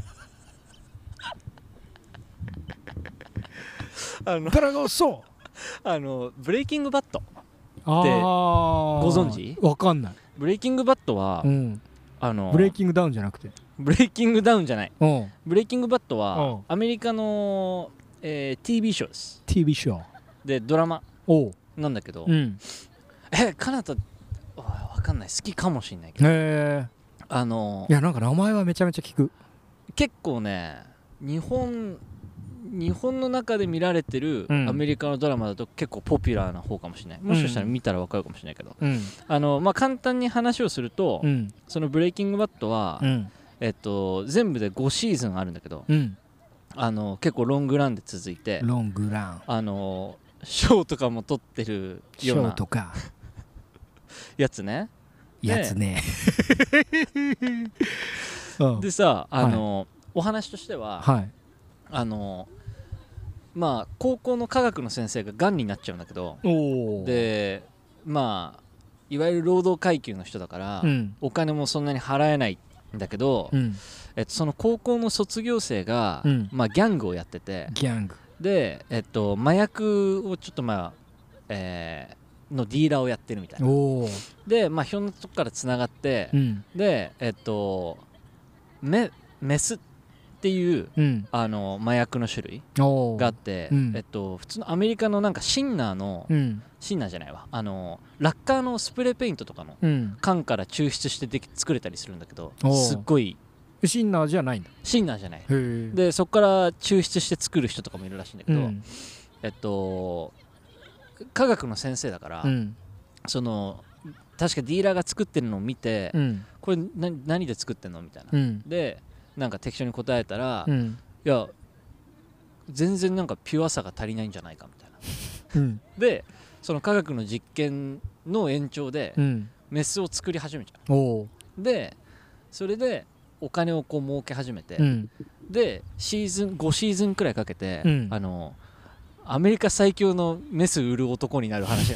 ベラゴーソーブレイキングバットってご存知？ わかんない。 ブレイキングバットは、 ブレイキングダウンじゃなくてブレイキングダウンじゃない。ブレイキングバットはアメリカの、TV ショーです。 TV ショーでドラマなんだけど、カナダわかんない、好きかもしんないけど、いやなんか名前はめちゃめちゃ聞く。 結構ね日本の中で見られてるアメリカのドラマだと結構ポピュラーな方かもしれない。もしかしたら見たら分かるかもしれないけど、簡単に話をすると、そのブレイキングバットは、全部で5シーズンあるんだけど、結構ロングランで続いて、 ロングランショーとかも撮ってるようなやつね。でさお話としては、高校の科学の先生ががんになっちゃうんだけど、でいわゆる労働階級の人だから、お金もそんなに払えないんだけど、その高校の卒業生が、ギャングをやってて、で、麻薬をちょっとのディーラーをやってるみたいな。でひょんなとこからつながって、でメスっていう、麻薬の種類があって、普通のアメリカのなんかシンナーじゃないわ、ラッカーのスプレーペイントとかの缶から抽出して作れたりするんだけど、すっごいシンナーじゃないんだ。 シンナーじゃない。でそこから抽出して作る人とかもいるらしいんだけど、科学の先生だから、その確かディーラーが作ってるのを見て、これ何で作ってんのみたいな、でなんか適当に答えたら、いや全然なんかピュアさが足りないんじゃないかみたいな、でその科学の実験の延長で、メスを作り始めちゃう。でそれでお金をこう儲け始めて、で5シーズンくらいかけて、アメリカ最強のメス売る男になる話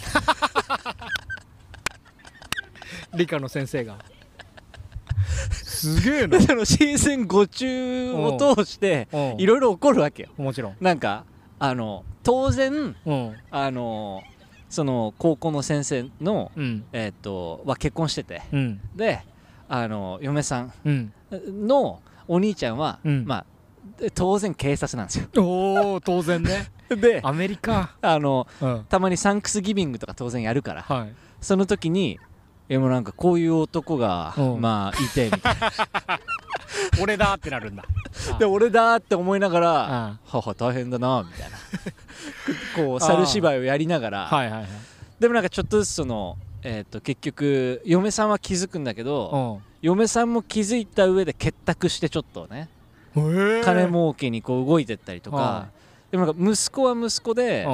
理科の先生がすげえな。 そのシーズン5中を通していろいろ起こるわけよ。 もちろんなんか当然その高校の先生のは結婚してて、で嫁さんのお兄ちゃんは当然警察なんですよ。 当然ね。 でアメリカたまにサンクスギビングとか当然やるから、その時にもうなんかこういう男がいてみたいな俺だってなるんだ。 で俺だって思いながら母大変だなみたいなこう猿芝居をやりながら、でもなんかちょっとずつその結局嫁さんは気づくんだけど、嫁さんも気づいた上で結託してちょっとね金儲けにこう動いてったりとか、でもなんか息子は息子で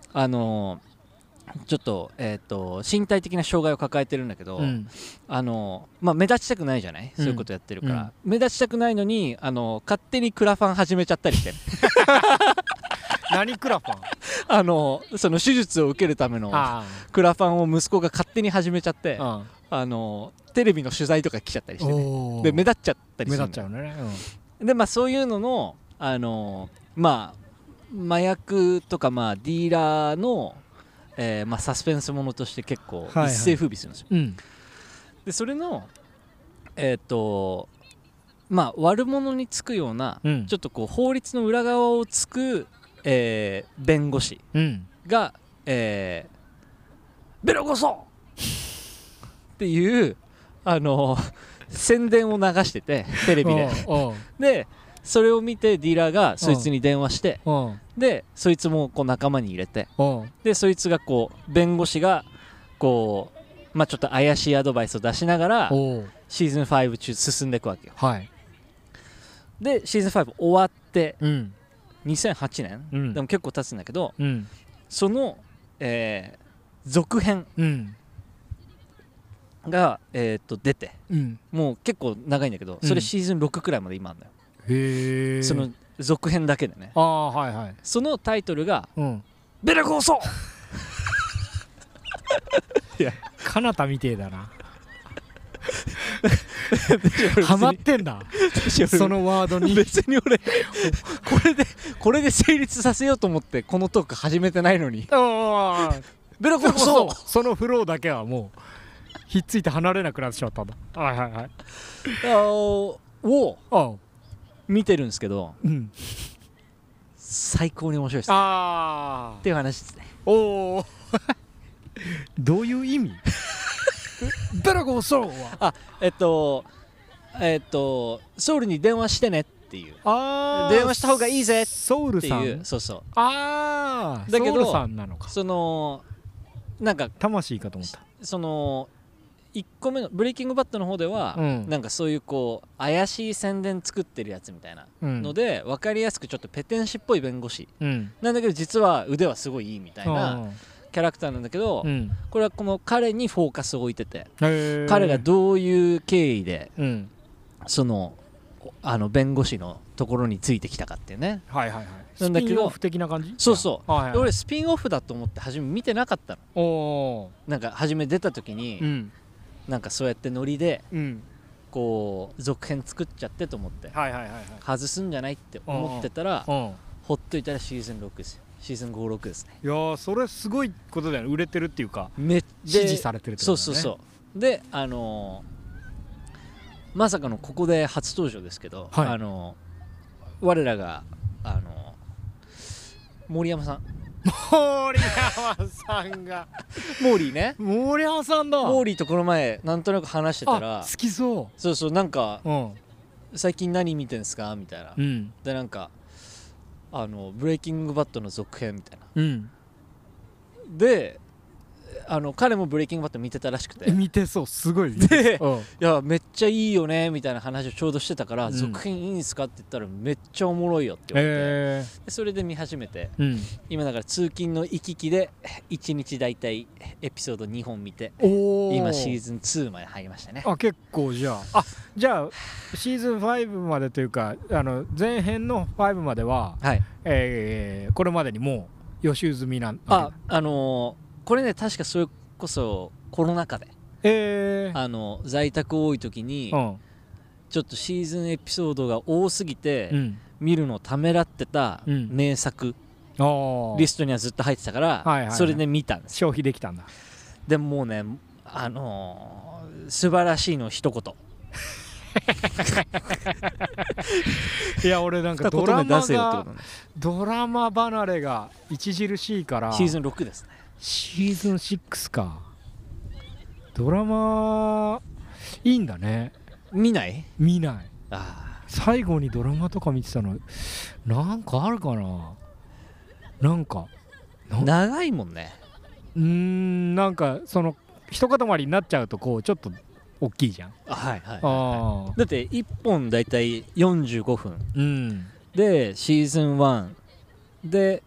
ちょっと身体的な障害を抱えてるんだけど、目立ちたくないじゃない、そういうことやってるから、目立ちたくないのに勝手にクラファン始めちゃったりして何クラファンその手術を受けるためのクラファンを息子が勝手に始めちゃって、テレビの取材とか来ちゃったりしてね、で目立っちゃったりするんだよ。でそういうのの麻薬とかディーラーのサスペンスものとして結構一世風靡するんですよ。でそれの悪者につくような、ちょっとこう法律の裏側をつく、弁護士が、ベロゴソっていう宣伝を流しててテレビででそれを見てディーラーがそいつに電話して、でそいつもこう仲間に入れて、でそいつがこう弁護士がこうまあちょっと怪しいアドバイスを出しながらシーズン5中進んでいくわけよ。でシーズン5終わって、2008年、でも結構経つんだけど、その、続編が、出て、もう結構長いんだけど、それシーズン6くらいまで今あるんだよ。へえ。その続編だけでね。そのタイトルが、ベラゴーソいや、かなたみてえだなハマってんだそのワードに。 別に俺これで成立させようと思ってこのトーク始めてないのにベラゴーソそのフローだけはもうひっついて離れなくなってしまったんだ。 を見てるんですけど、最高に面白いです。っていう話ですね。おおどういう意味ベラゴーソはソウルに電話してねっていう、電話した方がいいぜっていう。 ソウルさん。 そうそう。 だけどソウルさんなのか。 そのなんか魂かと思った。 その1個目のブレイキングバッドの方では、なんかそういうこう怪しい宣伝作ってるやつみたいなので、分かりやすくちょっとペテン師っぽい弁護士なんだけど、実は腕はすごいいいみたいなキャラクターなんだけど、これはこの彼にフォーカスを置いてて、彼がどういう経緯で、その弁護士のところについてきたかっていうね。 なんだけどスピンオフ的な感じ。 そうそう。俺スピンオフだと思って初め見てなかったの。なんか初め出た時に、なんかそうやってノリで、こう続編作っちゃってと思って外すんじゃないって思ってたら、ほっといたらシーズン6ですよ。シーズン5、6ですね。 いやー、それすごいことだよね。売れてるっていうか支持されてるってことだよね。 そうそうそう。でまさかのここで初登場ですけど、我らが森山さん森山さんがモーリーね。 森山さんだ。 モーリーとこの前なんとなく話してたら、 好きそう。 そうそう、なんか、最近何見てんすかみたいな、でなんかブレイキングバッドの続編みたいな、で彼もブレイキングバッド見てたらしくて、 見てそう、すごいで、いやめっちゃいいよねみたいな話をちょうどしてたから、続編いいんすかって言ったらめっちゃおもろいよって言われて、でそれで見始めて、今だから通勤の行き来で1日だいたいエピソード2本見て、今シーズン2まで入りましたね。 結構じゃあシーズン5までというか前編の5までは、これまでにもう予習済みなんだ。 これね、確かそれこそコロナ禍で、在宅多い時に、ちょっとシーズンエピソードが多すぎて、見るのをためらってた名作、リストにはずっと入ってたから、それで見たんです。 消費できたんだ。 でももうね、素晴らしいの一言いや、俺なんかドラマ離れが著しいから。 シーズン6ですね。 シーズン6か。ドラマいいんだね。 見ない？ 見ない。最後にドラマとか見てたのなんかあるかな。なんか長いもんね。 なんかその一塊になっちゃうとこうちょっと大きいじゃん。だって 1本だいたい45分、でシーズン1で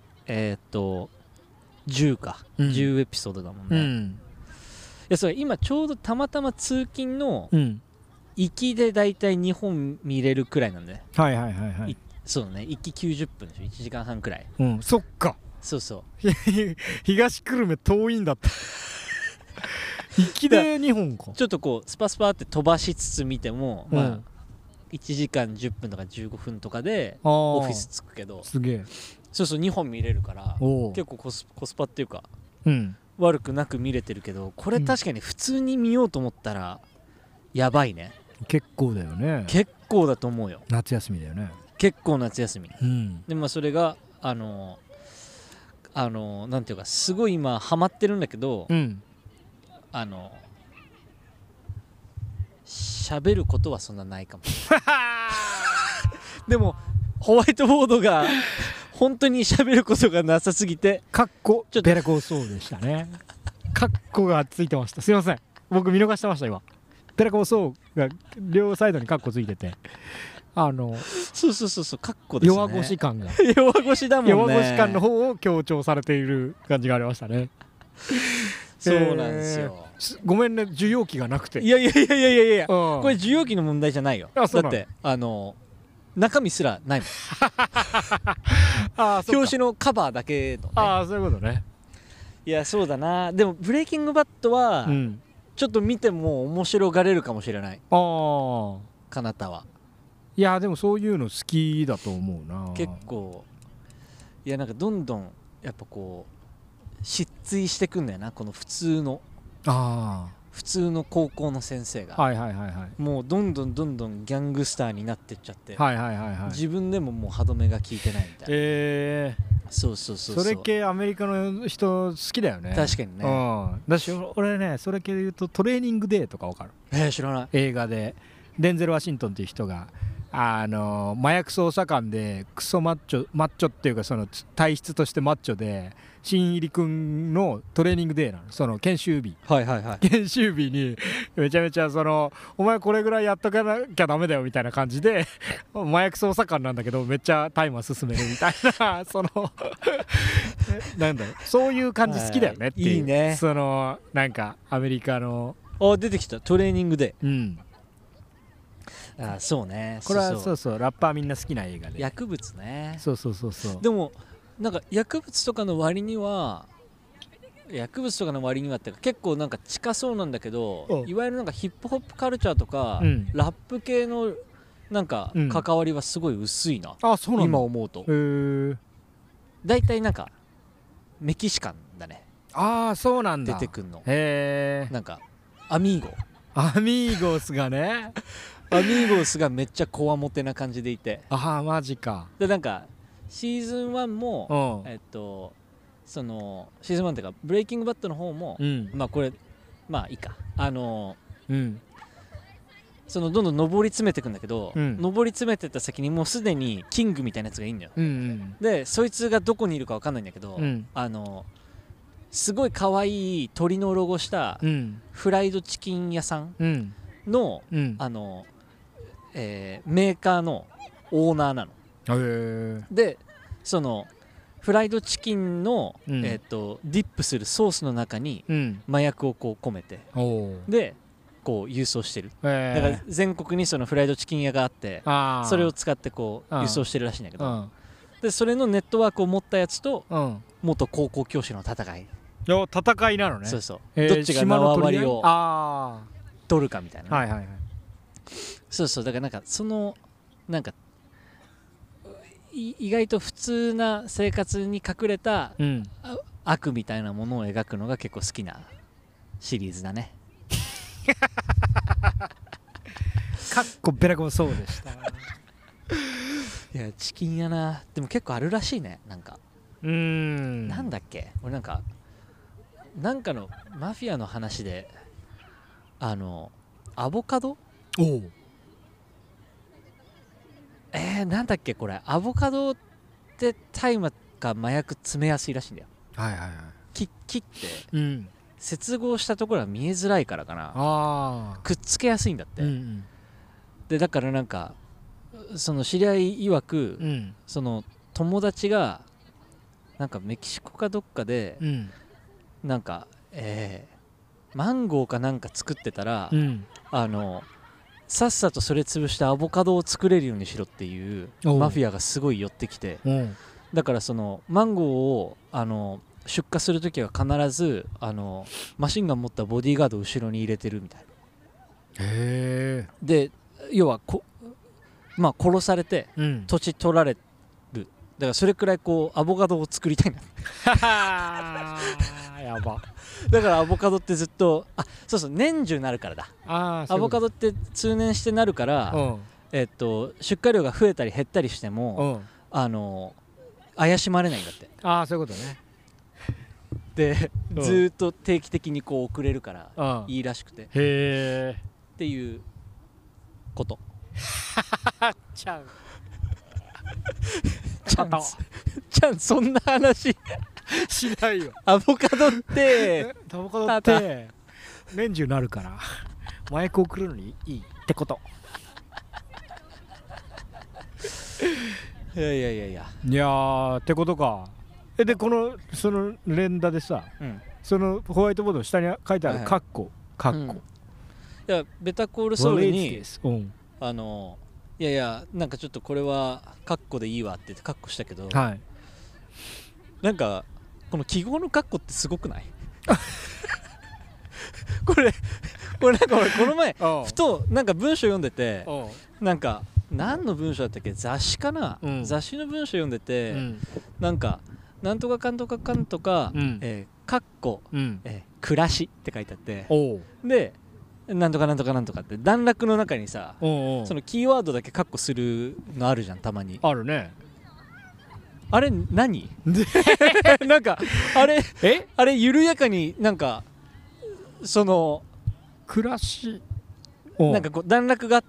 10か、10エピソードだもんね。いや、それ今ちょうどたまたま通勤の行きでだいたい2本見れるくらいなんで、そうね、行き90分でしょ、1時間半くらい。 そっか。 そうそう東久留米遠いんだった行きで2本か。 ちょっとこうスパスパって飛ばしつつ見ても、1時間10分とか15分とかでオフィス着くけど、 すげえ。 そうそう、2本見れるから結構コスパっていうか、悪くなく見れてるけど、これ確かに普通に見ようと思ったらやばいね。 結構だよね。 結構だと思うよ。 夏休みだよね。結構夏休み、でもそれがなんていうか、すごい今ハマってるんだけど、喋ることはそんなないかもでもホワイトボードが本当に喋ることがなさすぎて、 ベラゴーソーでしたね。カッコがついてました。すいません。 僕見逃してました今。ペラコそうが両サイドにカッコついてて、 そうカッコですね。 弱腰感が弱腰だもんね。 弱腰感の方を強調されている感じがありましたね。 そうなんですよ。 ごめんね、受容器がなくて。 いや、これこ受容器の問題じゃないよ。だって中身すらないもん。表紙のカバーだけのね。 そういうことね。 いや、そうだな。でもブレイキングバッドはちょっと見ても面白がれるかもしれない。かなたは。 いやでもそういうの好きだと思うな。 結構いや、なんかどんどんやっぱこう失墜してくんだよな、この普通の高校の先生が。もうどんどんギャングスターになってっちゃって、自分でももう歯止めが効いてないみたいな。そうそれ系アメリカの人好きだよね。 確かにね。 だし俺ね、それ系で言うとトレーニングデーとかわかる？ 知らない。 映画でデンゼル・ワシントンっていう人が麻薬捜査官でクソマッチョっていうか、その体質としてマッチョで新入り君のトレーニングデーなの、その研修日。研修日にめちゃめちゃお前これぐらいやっとかなきゃダメだよみたいな感じで麻薬捜査官なんだけどめっちゃタイマー進めるみたいななんだろう、そういう感じ好きだよねっていう。 いいね。 なんかアメリカの出てきたトレーニングデー。そうね。 これはそうラッパーみんな好きな映画で。 薬物ね。 そうでもなんか薬物とかの割にはってか結構なんか近そうなんだけど、いわゆるなんかヒップホップカルチャーとか、ラップ系のなんか関わりはすごい薄いな。今思うと。だいたいなんかメキシカンだね。 そうなんだ。 出てくんの。なんかアミーゴスがね。アミーゴスがめっちゃこわもてな感じでいて。 マジか。 でなんかシーズン1もそのシーズン1っていうかブレイキングバッドの方も、まあこれまあいいか、そのどんどん上り詰めていくんだけど、上り詰めてった先にもうすでにキングみたいなやつがいいんだよ。でそいつがどこにいるか分かんないんだけど、すごい可愛い鳥のロゴしたフライドチキン屋さんのメーカーのオーナーなの。でそのフライドチキンの、ディップするソースの中に麻薬をこう込めて、でこう郵送してる。だから全国にそのフライドチキン屋があって、それを使ってこう輸送してるらしいんだけど、でそれのネットワークを持ったやつと元高校教師の戦いなのね。 そうどっちが縄張りを取るかみたいな。そうだからなんかそのなんか意外と普通な生活に隠れた悪みたいなものを描くのが結構好きなシリーズだね。 かっこベラコもそうでした。 いやチキンやな。でも結構あるらしいね。なんかなんだっけ、俺なんかのマフィアの話でアボカドなんだっけこれ、アボカドって大麻か麻薬詰めやすいらしいんだよ。切って、接合したところは見えづらいからかな、くっつけやすいんだって。でだからなんかその知り合い曰く、その友達がなんかメキシコかどっかで、なんか、マンゴーかなんか作ってたら、さっさとそれ潰してアボカドを作れるようにしろっていうマフィアがすごい寄ってきて、だからそのマンゴーを出荷するときは必ずマシンガン持ったボディーガードを後ろに入れてるみたいな。で要はまあ殺されて土地取られる。だからそれくらいこうアボカドを作りたいな。やば。だからアボカドってずっとそう年中なるからだ。アボカドって通年してなるから、出荷量が増えたり減ったりしても怪しまれないんだって。 そういうことね。 でずっと定期的にこう送れるからいいらしくてっていうことちゃんそんな話しないよ。 アボカドって年中なるから麻薬を送るのにいいってこと。 いやいやーってことか。でその連打でさ、そのホワイトボードの下に書いてあるカッコいやベタコールソウルにいやなんかちょっとこれはカッコでいいわって言ってカッコしたけど、なんかこの記号のカッコってすごくないこれなんか俺この前ふとなんか文章読んでて、なんか何の文章だったっけ、雑誌かな、雑誌の文章読んでて、なんかなんとかかんとかかんとかカッコ暮らしって書いてあって、でなんとかなんとかなんとかって段落の中にさ、そのキーワードだけカッコするのあるじゃん、たまにあるね。 あれ何なんかあれ緩やかになんかその暮らしなんかこう段落があって、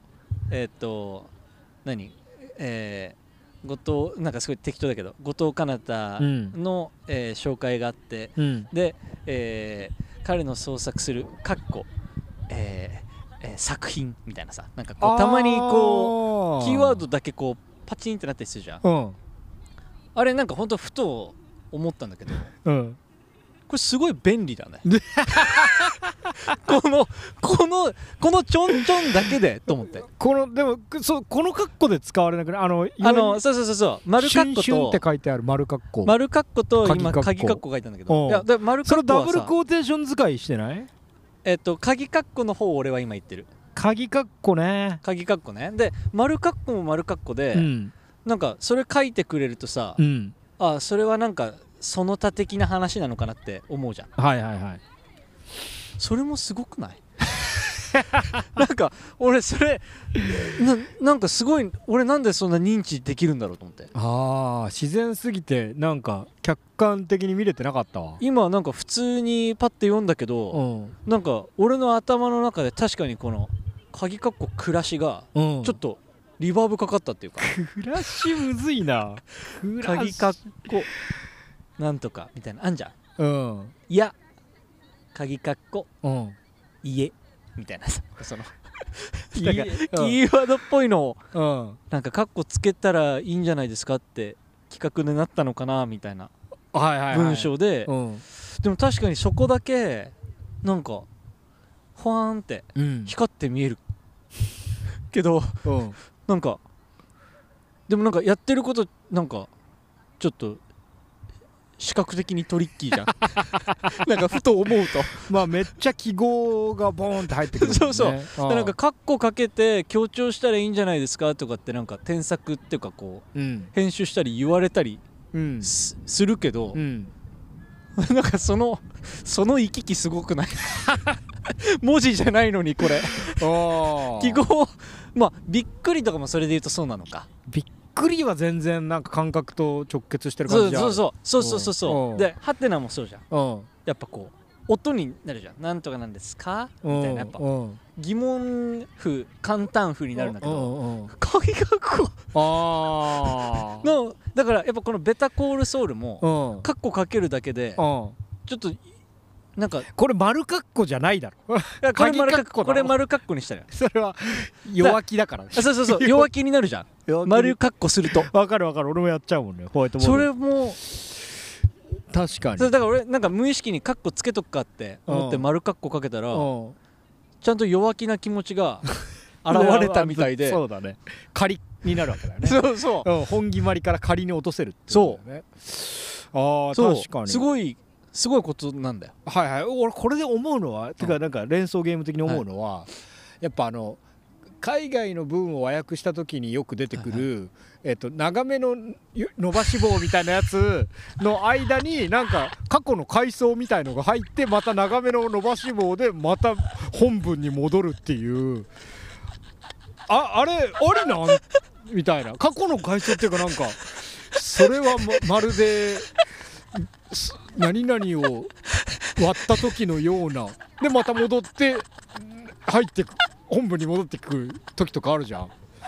何後藤なんかすごい適当だけど後藤かなたの、紹介があって、で、彼の創作するカッコ、作品みたいなさ、なんかこうたまにこうキーワードだけこうパチンってなったりするじゃん、あれなんかほんとふと思ったんだけど、これすごい便利だねこのちょんちょんだけでと思って、 でもこのカッコで使われなくない？ そう丸カッコとシュンって書いてある丸カッコ、 丸カッコと今鍵カッコ書いたんだけど、いやだ丸カッコはさ、 それダブルコーテーション使いしてない？ 鍵カッコの方を俺は今言ってる。 鍵カッコね。 鍵カッコね。で丸カッコも丸カッコで、なんかそれ書いてくれるとさ、あ、それはなんかその他的な話なのかなって思うじゃん。それもすごくない？なんか俺それなんかすごい、俺なんでそんな認知できるんだろうと思って。 自然すぎてなんか客観的に見れてなかったわ。 今なんか普通にパッて読んだけど、なんか俺の頭の中で確かにこの鍵カッコ暮らしがちょっとリバーブかかったっていうか、 暮らしむずいな。 鍵カッコなんとかみたいなあんじゃん。いや鍵カッコ家みたいなさ、そのなんかキーワードっぽいのをなんかカッコつけたらいいんじゃないですかって企画でなったのかなみたいな文章で、でも確かにそこだけなんかフワーンって光って見えるけど、なんかでもなんかやってることなんかちょっと視覚的にトリッキーじゃんなんかふと思うとまあめっちゃ記号がボーンって入ってくる、ね、 そうなんかカッコかけて強調したらいいんじゃないですかとかってなんか添削っていうかこう、編集したり言われたりするけど、なんかその行き来すごくない文字じゃないのにこれ記号、まあびっくりとかもそれで言うとそうなのか。 びっくりは全然なんか感覚と直結してる感じじゃん。 そうでハテナもそうじゃん。やっぱこう音になるじゃん。なんとかなんですかみたいな、やっぱ疑問符簡単符になるんだけど、鍵カッコのだからやっぱこのベタコールソウルもカッコかけるだけでちょっとなんかこれ丸カッコじゃないだろこれ丸カッコにしたらそれは弱気だからね。 そう弱気になるじゃん丸カッコすると。 わかる俺もやっちゃうもんね、ホワイトボード。 それも確かに。 だから俺なんか無意識にカッコつけとくかって思って丸カッコかけたらちゃんと弱気な気持ちが現れたみたいでそうだね、仮になるわけだよねそう本決まりから仮に落とせるってことだよね。確かにすごいことなんだよ。 俺これで思うのは、てかなんか連想ゲーム的に思うのは、やっぱ海外の文を和訳した時によく出てくる、長めの伸ばし棒みたいなやつの間になんか過去の回想みたいのが入って、また長めの伸ばし棒でまた本文に戻るっていう、あれありなんみたいな、過去の回想っていうかなんかそれは まるで何々を割った時のようなでまた戻って入ってく本文に戻ってくる時とかあるじゃん。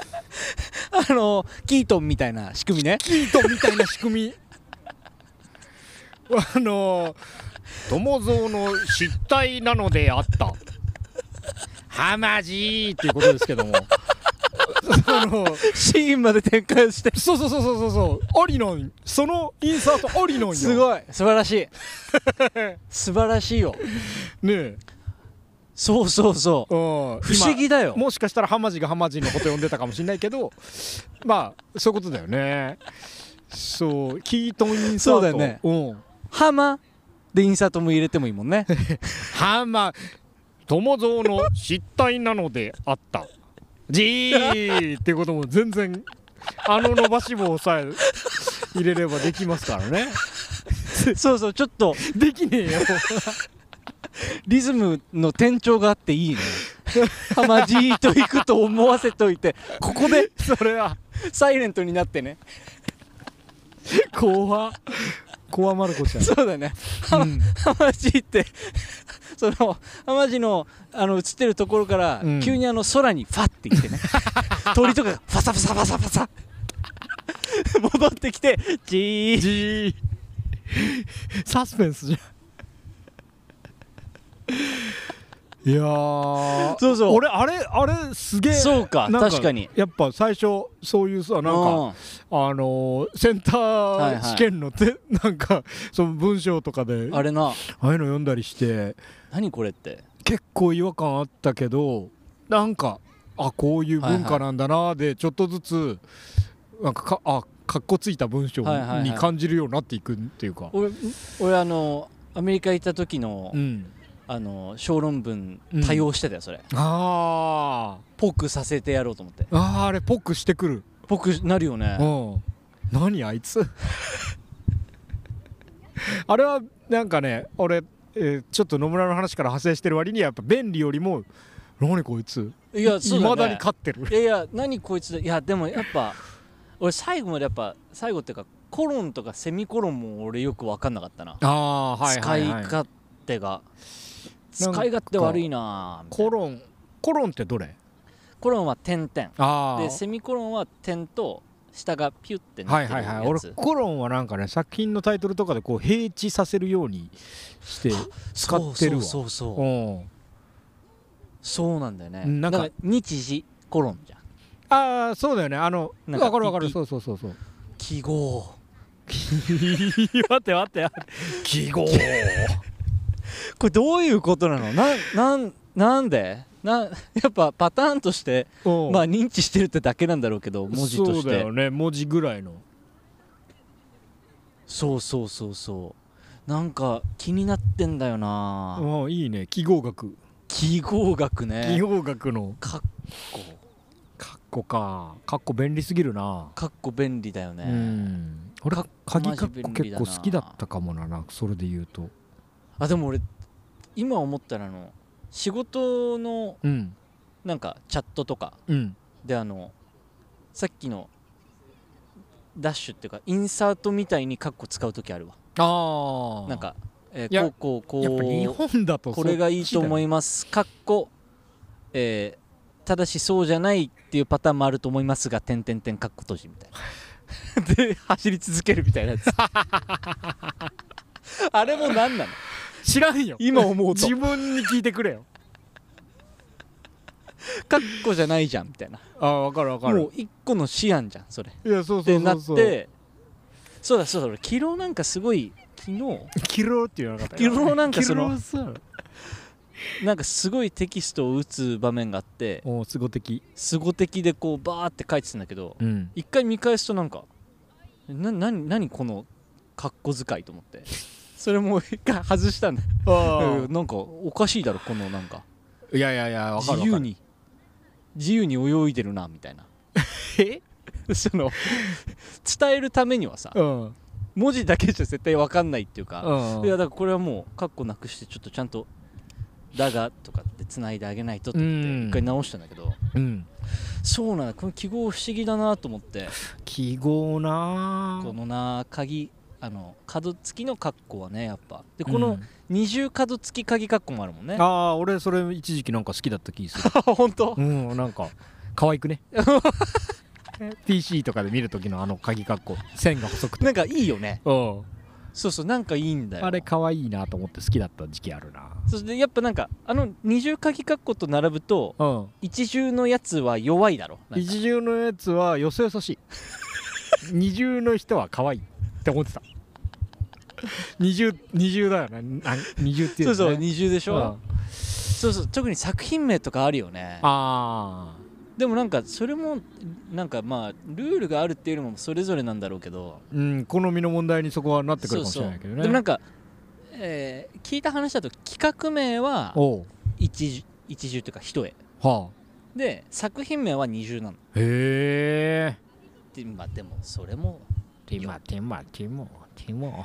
キートンみたいな仕組みね。 キートンみたいな仕組み友蔵の失態なのであったはまじっていうことですけどもシーンまで展開して、 そうありのそのインサートありのよ。 すごい素晴らしい素晴らしいよねえ。 そう不思議だよ。 もしかしたらハマジがハマジのこと呼んでたかもしれないけどまあそういうことだよね。そうキートンインサート、 そうだよね。ハマでインサートも入れてもいいもんねハマ友蔵の失態なのであったじーっていうことも全然伸ばし棒さえ入れればできますからねそうちょっとできねえよリズムの転調があっていいねハマジーと行くと思わせといて、ここでそれはサイレントになってね。 怖まる子ちゃん。 そうだね、ハマジーってそのハマジの映ってるところから、急に空にファッてきてね鳥とかがファサファサファサファサ戻ってきてジーサスペンスじゃんいやーそう俺あれすげえ。 そうか、確かにやっぱ最初そういうさなんかセンター試験のなんかその文章とかであれな、 ああいうの読んだりして何これって結構違和感あったけど、なんかこういう文化なんだなでちょっとずつなんかかっこついた文章に感じるようになっていくっていうか。 俺アメリカ行った時の小論文多用してたよそれ。ポクさせてやろうと思って。 あれポクしてくる。 ポクなるよね。 何あいつあれはなんかね、俺ちょっと野村の話から派生してる割にはやっぱ便利よりも何こいついやそうだね、 未だに勝ってる。 いや何こいつ。いやでもやっぱ俺最後までやっぱ最後っていうかコロンとかセミコロンも俺よく分かんなかったな。使い勝手が使い勝手悪いな。 コロンってどれ？ コロンは点々で、セミコロンは点と下がピュってなってるやつ。 俺コロンはなんかね作品のタイトルとかでこう平地させるようにして使ってるわ。 そうなんだよね。なんか日時コロンじゃん。 そうだよね。分かる。そう記号待って記号これどういうことなの？なんでやっぱパターンとしてまあ認知してるってだけなんだろうけど、文字として。 そうだよね、文字ぐらいの。 そうなんか気になってんだよな。 いいね、記号学ね。 記号学のカッコ便利すぎるな。 カッコ便利だよね。 俺鍵カッコ結構好きだったかもな、それで言うと。 でも俺今思ったら仕事のなんかチャットとかでさっきのダッシュっていうかインサートみたいにカッコ使う時あるわ。なんかこうやっぱ日本だとこれがいいと思いますカッコただしそうじゃないっていうパターンもあると思いますが点々点カッコ閉じみたいなで走り続けるみたいなやつあれも何なの知らんよ今思うと。 自分に聞いてくれよカッコじゃないじゃんみたいな。 分かるもう一個の思案じゃんそれ。 いやそうってなって、そうだ俺昨日なんかすごいって言わなかった。昨日なんかなんかすごいテキストを打つ場面があって、 スゴ的でこうバーって書いてたんだけど、一回見返すとなんか何このカッコ使いと思ってそれもう一回外したんだよなんかおかしいだろこのなんか。 いや分かる。 自由に泳いでるなみたいなその伝えるためにはさ、文字だけじゃ絶対分かんないっていうか、いやだからこれはもうカッコなくしてちょっとちゃんとだがとかってつないであげないとって一回直したんだけど、そうなんだ、この記号不思議だなと思って。 記号なこの鍵角付きのカッコはねやっぱで、この二重角付き鍵カッコもあるもんね。 俺それ一時期なんか好きだった気する本当？ なんか可愛くねPC とかで見る時の鍵カッコ線が細くてなんかいいよね。 そうそう、なんかいいんだよ。 あれ可愛いなと思って好きだった時期あるな。 そしてやっぱなんか二重鍵括弧と並ぶと、一重のやつは弱いだろ。 一重のやつはよそよそしい二重の人は可愛いって思ってた。二重だよね。二重っていう、ね、 そうそう、二重でしょ、そうそう、特に作品名とかあるよね。でもなんかそれもなんかまあルールがあるっていうのもそれぞれなんだろうけど、 好みの問題にそこはなってくるかもしれないけどね。 でもなんか、聞いた話だと企画名は一重というか一重、で作品名は二重なの。 へえ。まあでもそれもティモ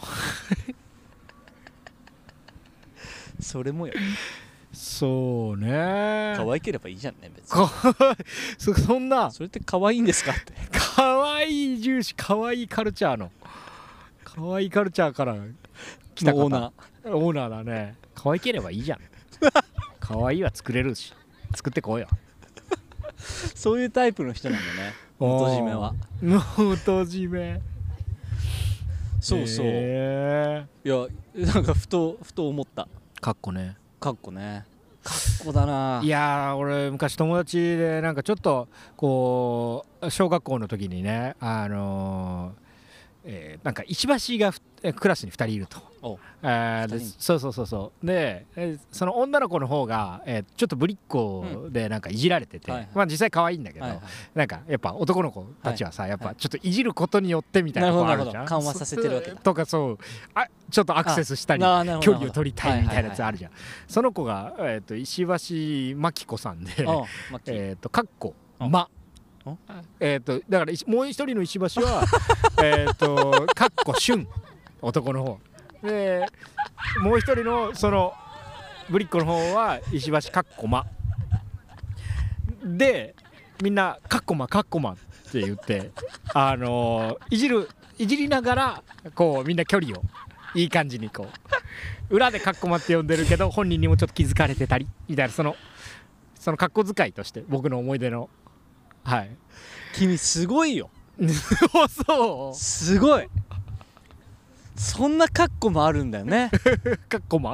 それもよ。 そうね。 可愛ければいいじゃんね、別に。そんな。 それって可愛いんですかって。 可愛い重視、可愛いカルチャーの。可愛いカルチャーから来た方。オーナーだね。可愛ければいいじゃん。可愛いは作れるし、作ってこうよ。 そういうタイプの人なんだね。元締めは。 元締め。 そうそう。いや、なんかふと思った。 かっこね。 かっこだな。 いやー、俺昔友達でなんかちょっとこう小学校の時にね、なんか石橋がクラスに2人いると。そうで、その女の子の方が、ちょっとぶりっ子でなんかいじられてて、まあ実際可愛いんだけど、なんかやっぱ男の子たちはさ、やっぱちょっといじることによってみたいなのがあるじゃん。 緩和させてるわけだとか、そうちょっとアクセスしたり距離を取りたいみたいなやつあるじゃん。その子が石橋真紀子さんでかっこまだからもう一人の石橋はかっこ旬、男の方で、もう一人のそのぶりっ子の方は石橋かっこまで、みんなかっこまって言っていじりながらこうみんな距離をいい感じにこう裏でかっこまって呼んでるけど本人にもちょっと気づかれてたりみたいな、そのかっこ使いとして僕の思い出の。はい、 君すごいよ。 そうすごい。そんなカッコもあるんだよね。 カッコマ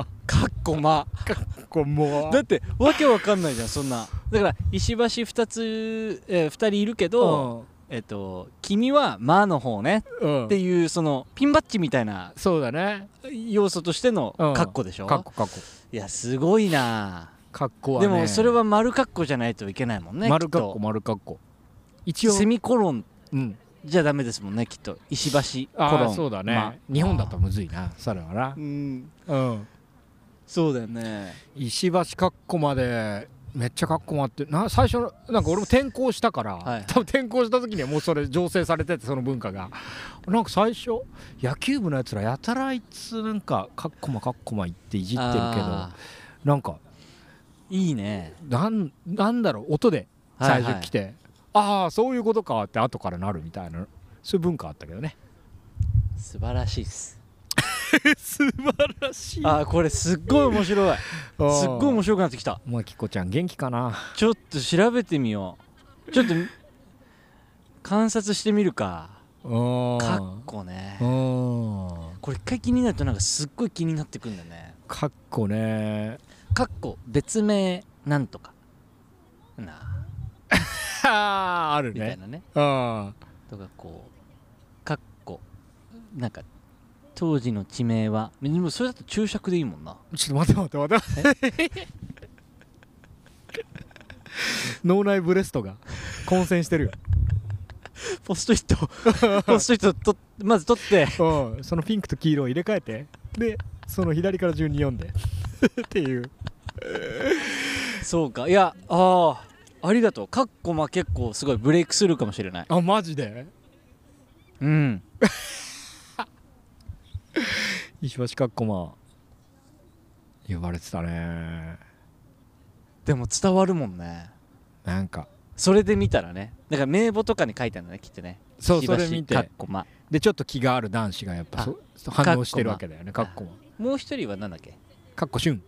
だってわけわかんないじゃん、そんな。だから石橋2つ、2人いるけど、君は「ま」の方ね、っていうそのピンバッジみたいな、 そうだね、 要素としてのカッコでしょ。 カッコいやすごいな。 カッコはね。 でもそれは丸カッコじゃないといけないもんね。 丸カッコ一応セミコロンじゃダメですもんね、きっと。石橋コロン。 そうだね、日本だとむずいな、それはな。 そうだよね。 石橋かっこまでめっちゃかっこまって最初なんか俺も転校したから、多分転校した時にはもうそれ醸成されてて、その文化がなんか最初野球部のやつらやたらあいつなんかかっこま言っていじってるけど、なんかいいね。 なんだろう、音で最初来て、ああそういうことかって後からなるみたいな、そういう文化あったけどね。 素晴らしいっす。 素晴らしい。 これすっごい面白い。すっごい面白くなってきた。 まきこちゃん元気かな。 ちょっと調べてみよう。ちょっと観察してみるか。かっこね。これ一回気になるとなんかすっごい気になってくんだよね。 かっこね。 かっこ別名なんとかなあるねみたいなね。とかこうかっこなんか当時の地名は、でもそれだと注釈でいいもんな。 ちょっと待って脳内ブレストが混戦してるよ。 ポストイットまず取ってそのピンクと黄色を入れ替えて、でその左から順に読んでっていう。 そうか。いやありがとう。かっこま結構すごいブレイクするかもしれない。 マジで。石橋かっこま呼ばれてたね。 でも伝わるもんね、 なんかそれで見たらね。だから名簿とかに書いてあるんだね、きっとね。 そう、それ見てかっこまでちょっと気がある男子がやっぱ反応してるわけだよね。かっこま。 もう一人はなんだっけ。 かっこしゅん。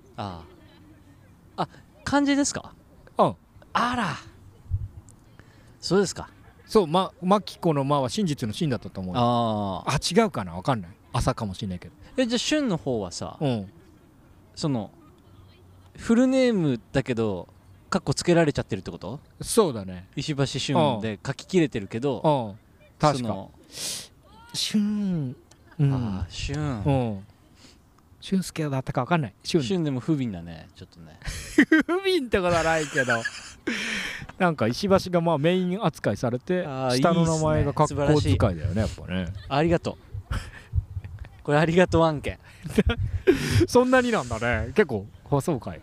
漢字ですか。あらそうですか。 そう、マキコの「ま」は真実の真だったと思う。違うかな、分かんない。朝かもしれないけど。 じゃあ旬の方はさ、 うん、 そのフルネームだけどカッコつけられちゃってるってこと？ そうだね。 石橋俊で書き切れてるけど、 確か俊、 ああ俊、 俊介だったか分かんない。 俊でも不憫だね、ちょっとね。 不憫ってことはないけどなんか石橋がまあメイン扱いされて、下の名前が格好使いだよね、やっぱね。 ありがとうこれありがとう案件そんなになんだね。結構そうかい。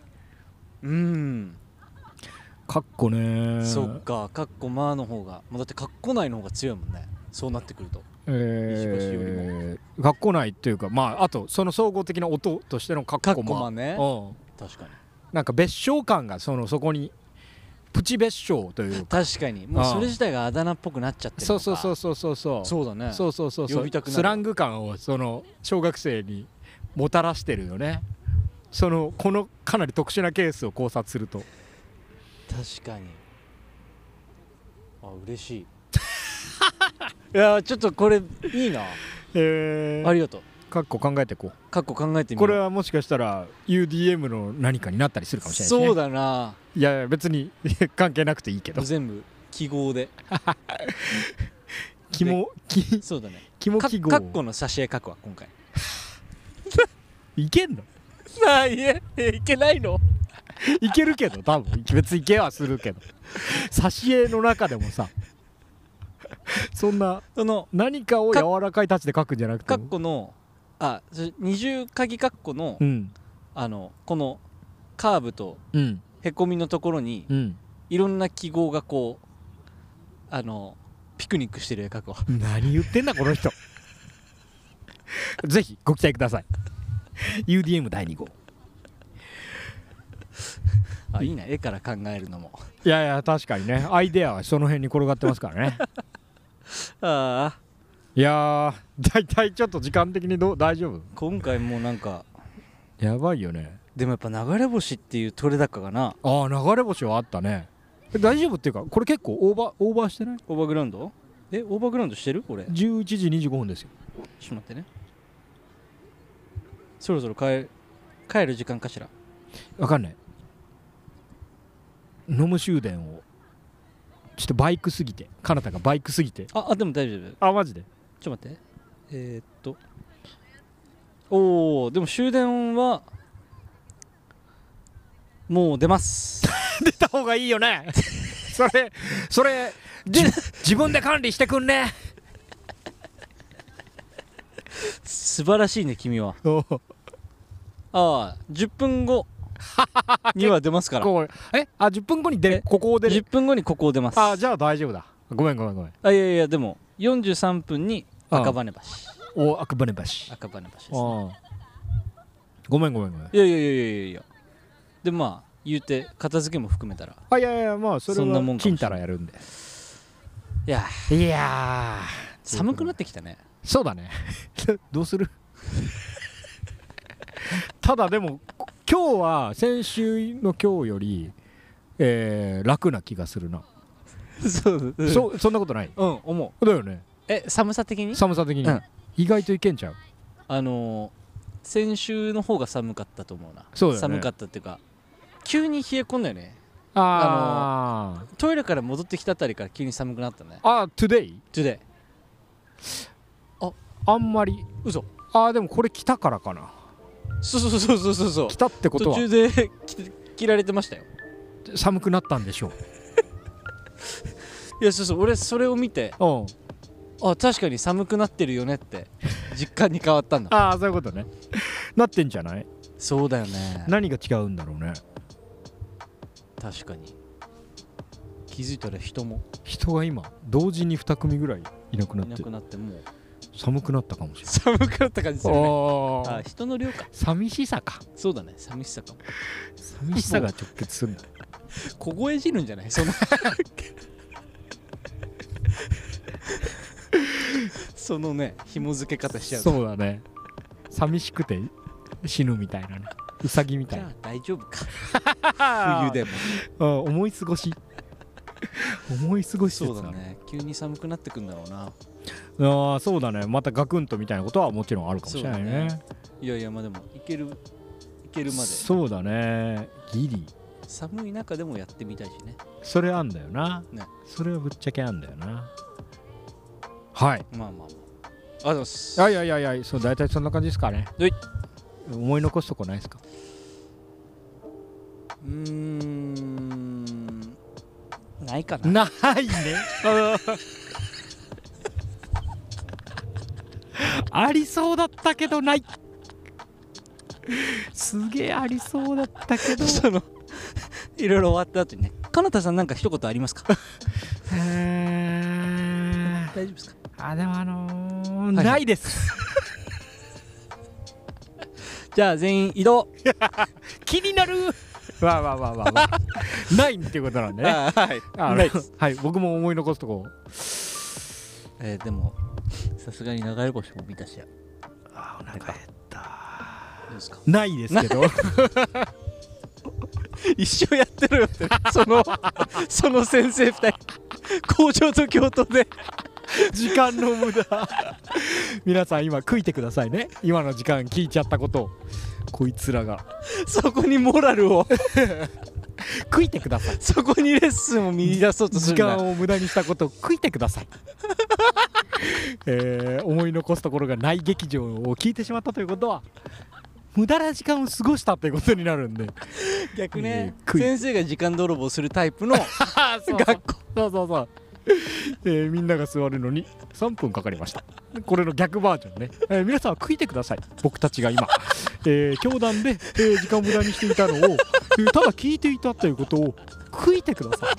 カッコね。 そっか、カッコマーの方が、もうだってカッコ内の方が強いもんね、そうなってくると。石橋よりもカッコ内っていうか、まああとその総合的な音としてのカッコマね。確かになんか別称感がそこにプチ別称というか。 確かにもうそれ自体があだ名っぽくなっちゃってるのか。 そうだね。 呼びたくなる。スラング感をその小学生にもたらしてるよね。このかなり特殊なケースを考察すると。 確かに。あ、嬉しいいやちょっとこれいいな。ありがとう。 カッコ考えてこう。 カッコ考えてみよう。 これはもしかしたら UDM の何かになったりするかもしれないですね。 そうだな。 いや別に関係なくていいけど、 全部記号でそうだね。 肝記号。 カッコの挿絵書くわ今回いけんの？ いけないの？ いけるけど、多分別にいけはするけど、挿絵の中でもさそんな何かを柔らかいタッチで書くんじゃなくて、 カッコの二重鍵カッコの、このカーブとへこみのところに、いろんな記号がこうピクニックしてる絵描くわ。 何言ってんだこの人ぜひご期待くださいUDM 第2号。 いいね、絵から考えるのも。 いや確かにね、アイデアはその辺に転がってますからねいやだいたいちょっと時間的に大丈夫？ 今回もうなんかやばいよね。 でもやっぱ流れ星っていう取れ高かな。 流れ星はあったね。大丈夫っていうか、これ結構オーバーしてない？ オーバーグラウンド？オーバーグラウンドしてる？これ 11時25分ですよ。 ちょっと待ってね、そろそろ帰る時間かしら。 わかんない。飲む終電をちょっとバイクすぎて、かなたがバイクすぎて。 でも大丈夫。 マジで？ ちょっと待って。でも終電はもう出ます出た方がいいよねそれで自分で管理してくんね素晴らしいね君は。10分後には出ますから 10分後にここを出る。 10分後にここを出ます。 じゃあ大丈夫だ。ごめん。 いやでも43分に赤羽橋。赤羽橋ですね。 ごめん。 いやでまあ言うて片付けも含めたら、 いやまあそれはちんたらやるんで。いや寒くなってきたね。 そうだねどうするただでも今日は先週の今日より、楽な気がするな。そんなことない？ 思う。 だよね。 寒さ的に、 意外といけんちゃう。 先週の方が寒かったと思うな。 そうだよね。 寒かったっていうか急に冷え込んだよね。トイレから戻ってきたあたりから急に寒くなったね。 today あんまり。 嘘。 でもこれ来たからかな。 そう来たってことは途中で着られてましたよ。 寒くなったんでしょう。 いや俺それを見て確かに寒くなってるよねって実感に変わったんだ。 そういうことね。なってんじゃない？ そうだよね。 何が違うんだろうね。 確かに気づいたら人が今同時に2組ぐらいいなくなってもう寒くなったかもしれない。寒くなった感じするね。人の量か。 寂しさか。 そうだね、寂しさかも。 寂しさが直結するんだ。 凍え死ぬんじゃない？そのね、紐付け方しちゃう。 そうだね。寂しくて死ぬみたいなね。ウサギみたいな。 じゃあ大丈夫か。冬でも。 思い過ごし。そうだね。急に寒くなってくんだろうな。 ああそうだね、またガクンとみたいなことはもちろんあるかもしれないね。 いやいや、まあでもいけるまで。 そうだね、ギリ寒い中でもやってみたいしね。 それあんだよな、 ね、 それはぶっちゃけあんだよな。はい、 まあまあまあ、ありがとうございます。 いやそう、大体そんな感じですかね。 はい、 思い残すとこないですか？ ないかな。 ないねありそうだったけどない。すげえありそうだったけどいろいろ終わった後にね、かなたさんなんか一言ありますか？大丈夫ですか？ でもないですじゃあ全員移動気になるわないっていうことなんでね。ないです。はい、僕も思い残すとこ。 でもさすがに流れ星も見たし、 お腹減った。 どうですか？ ないですけど一生やってるよってその先生2人校長と教頭で時間の無駄皆さん今悔いてくださいね、今の時間聞いちゃったことを。こいつらがそこにモラルを悔いてください。 そこにレッスンを見出そうとするんだ。 時間を無駄にしたことを悔いてください思い残すところがない劇場を聞いてしまったということは無駄な時間を過ごしたということになるんで、 逆ね、先生が時間泥棒するタイプの学校そうみんなが座るのに3分かかりました。これの逆バージョンね、皆さんは悔いてください。僕たちが今、教団で、時間を無駄にしていたのを、ただ聞いていたということを悔いてください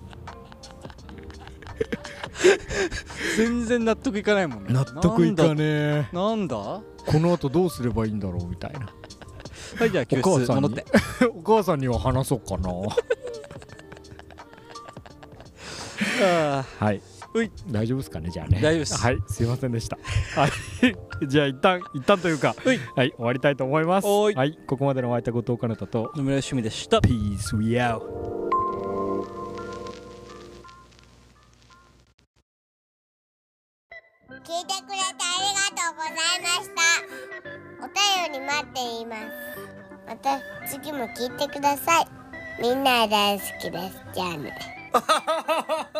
全然納得いかないもんね。 納得いかねえ。 なんだこの後どうすればいいんだろうみたいな。 はい、じゃあ教室戻ってお母さんには話そうかなはい、大丈夫ですかね。じゃあね、 大丈夫です。 はい、すいませんでしたはいじゃあ一旦というか、はい、終わりたいと思います。はい、ここまでのお相手後藤かなたと野村趣味でした。 Peace we out。 聞いてくれてありがとうございました。お便り待っています。また次も聞いてください。みんな大好きです。じゃあね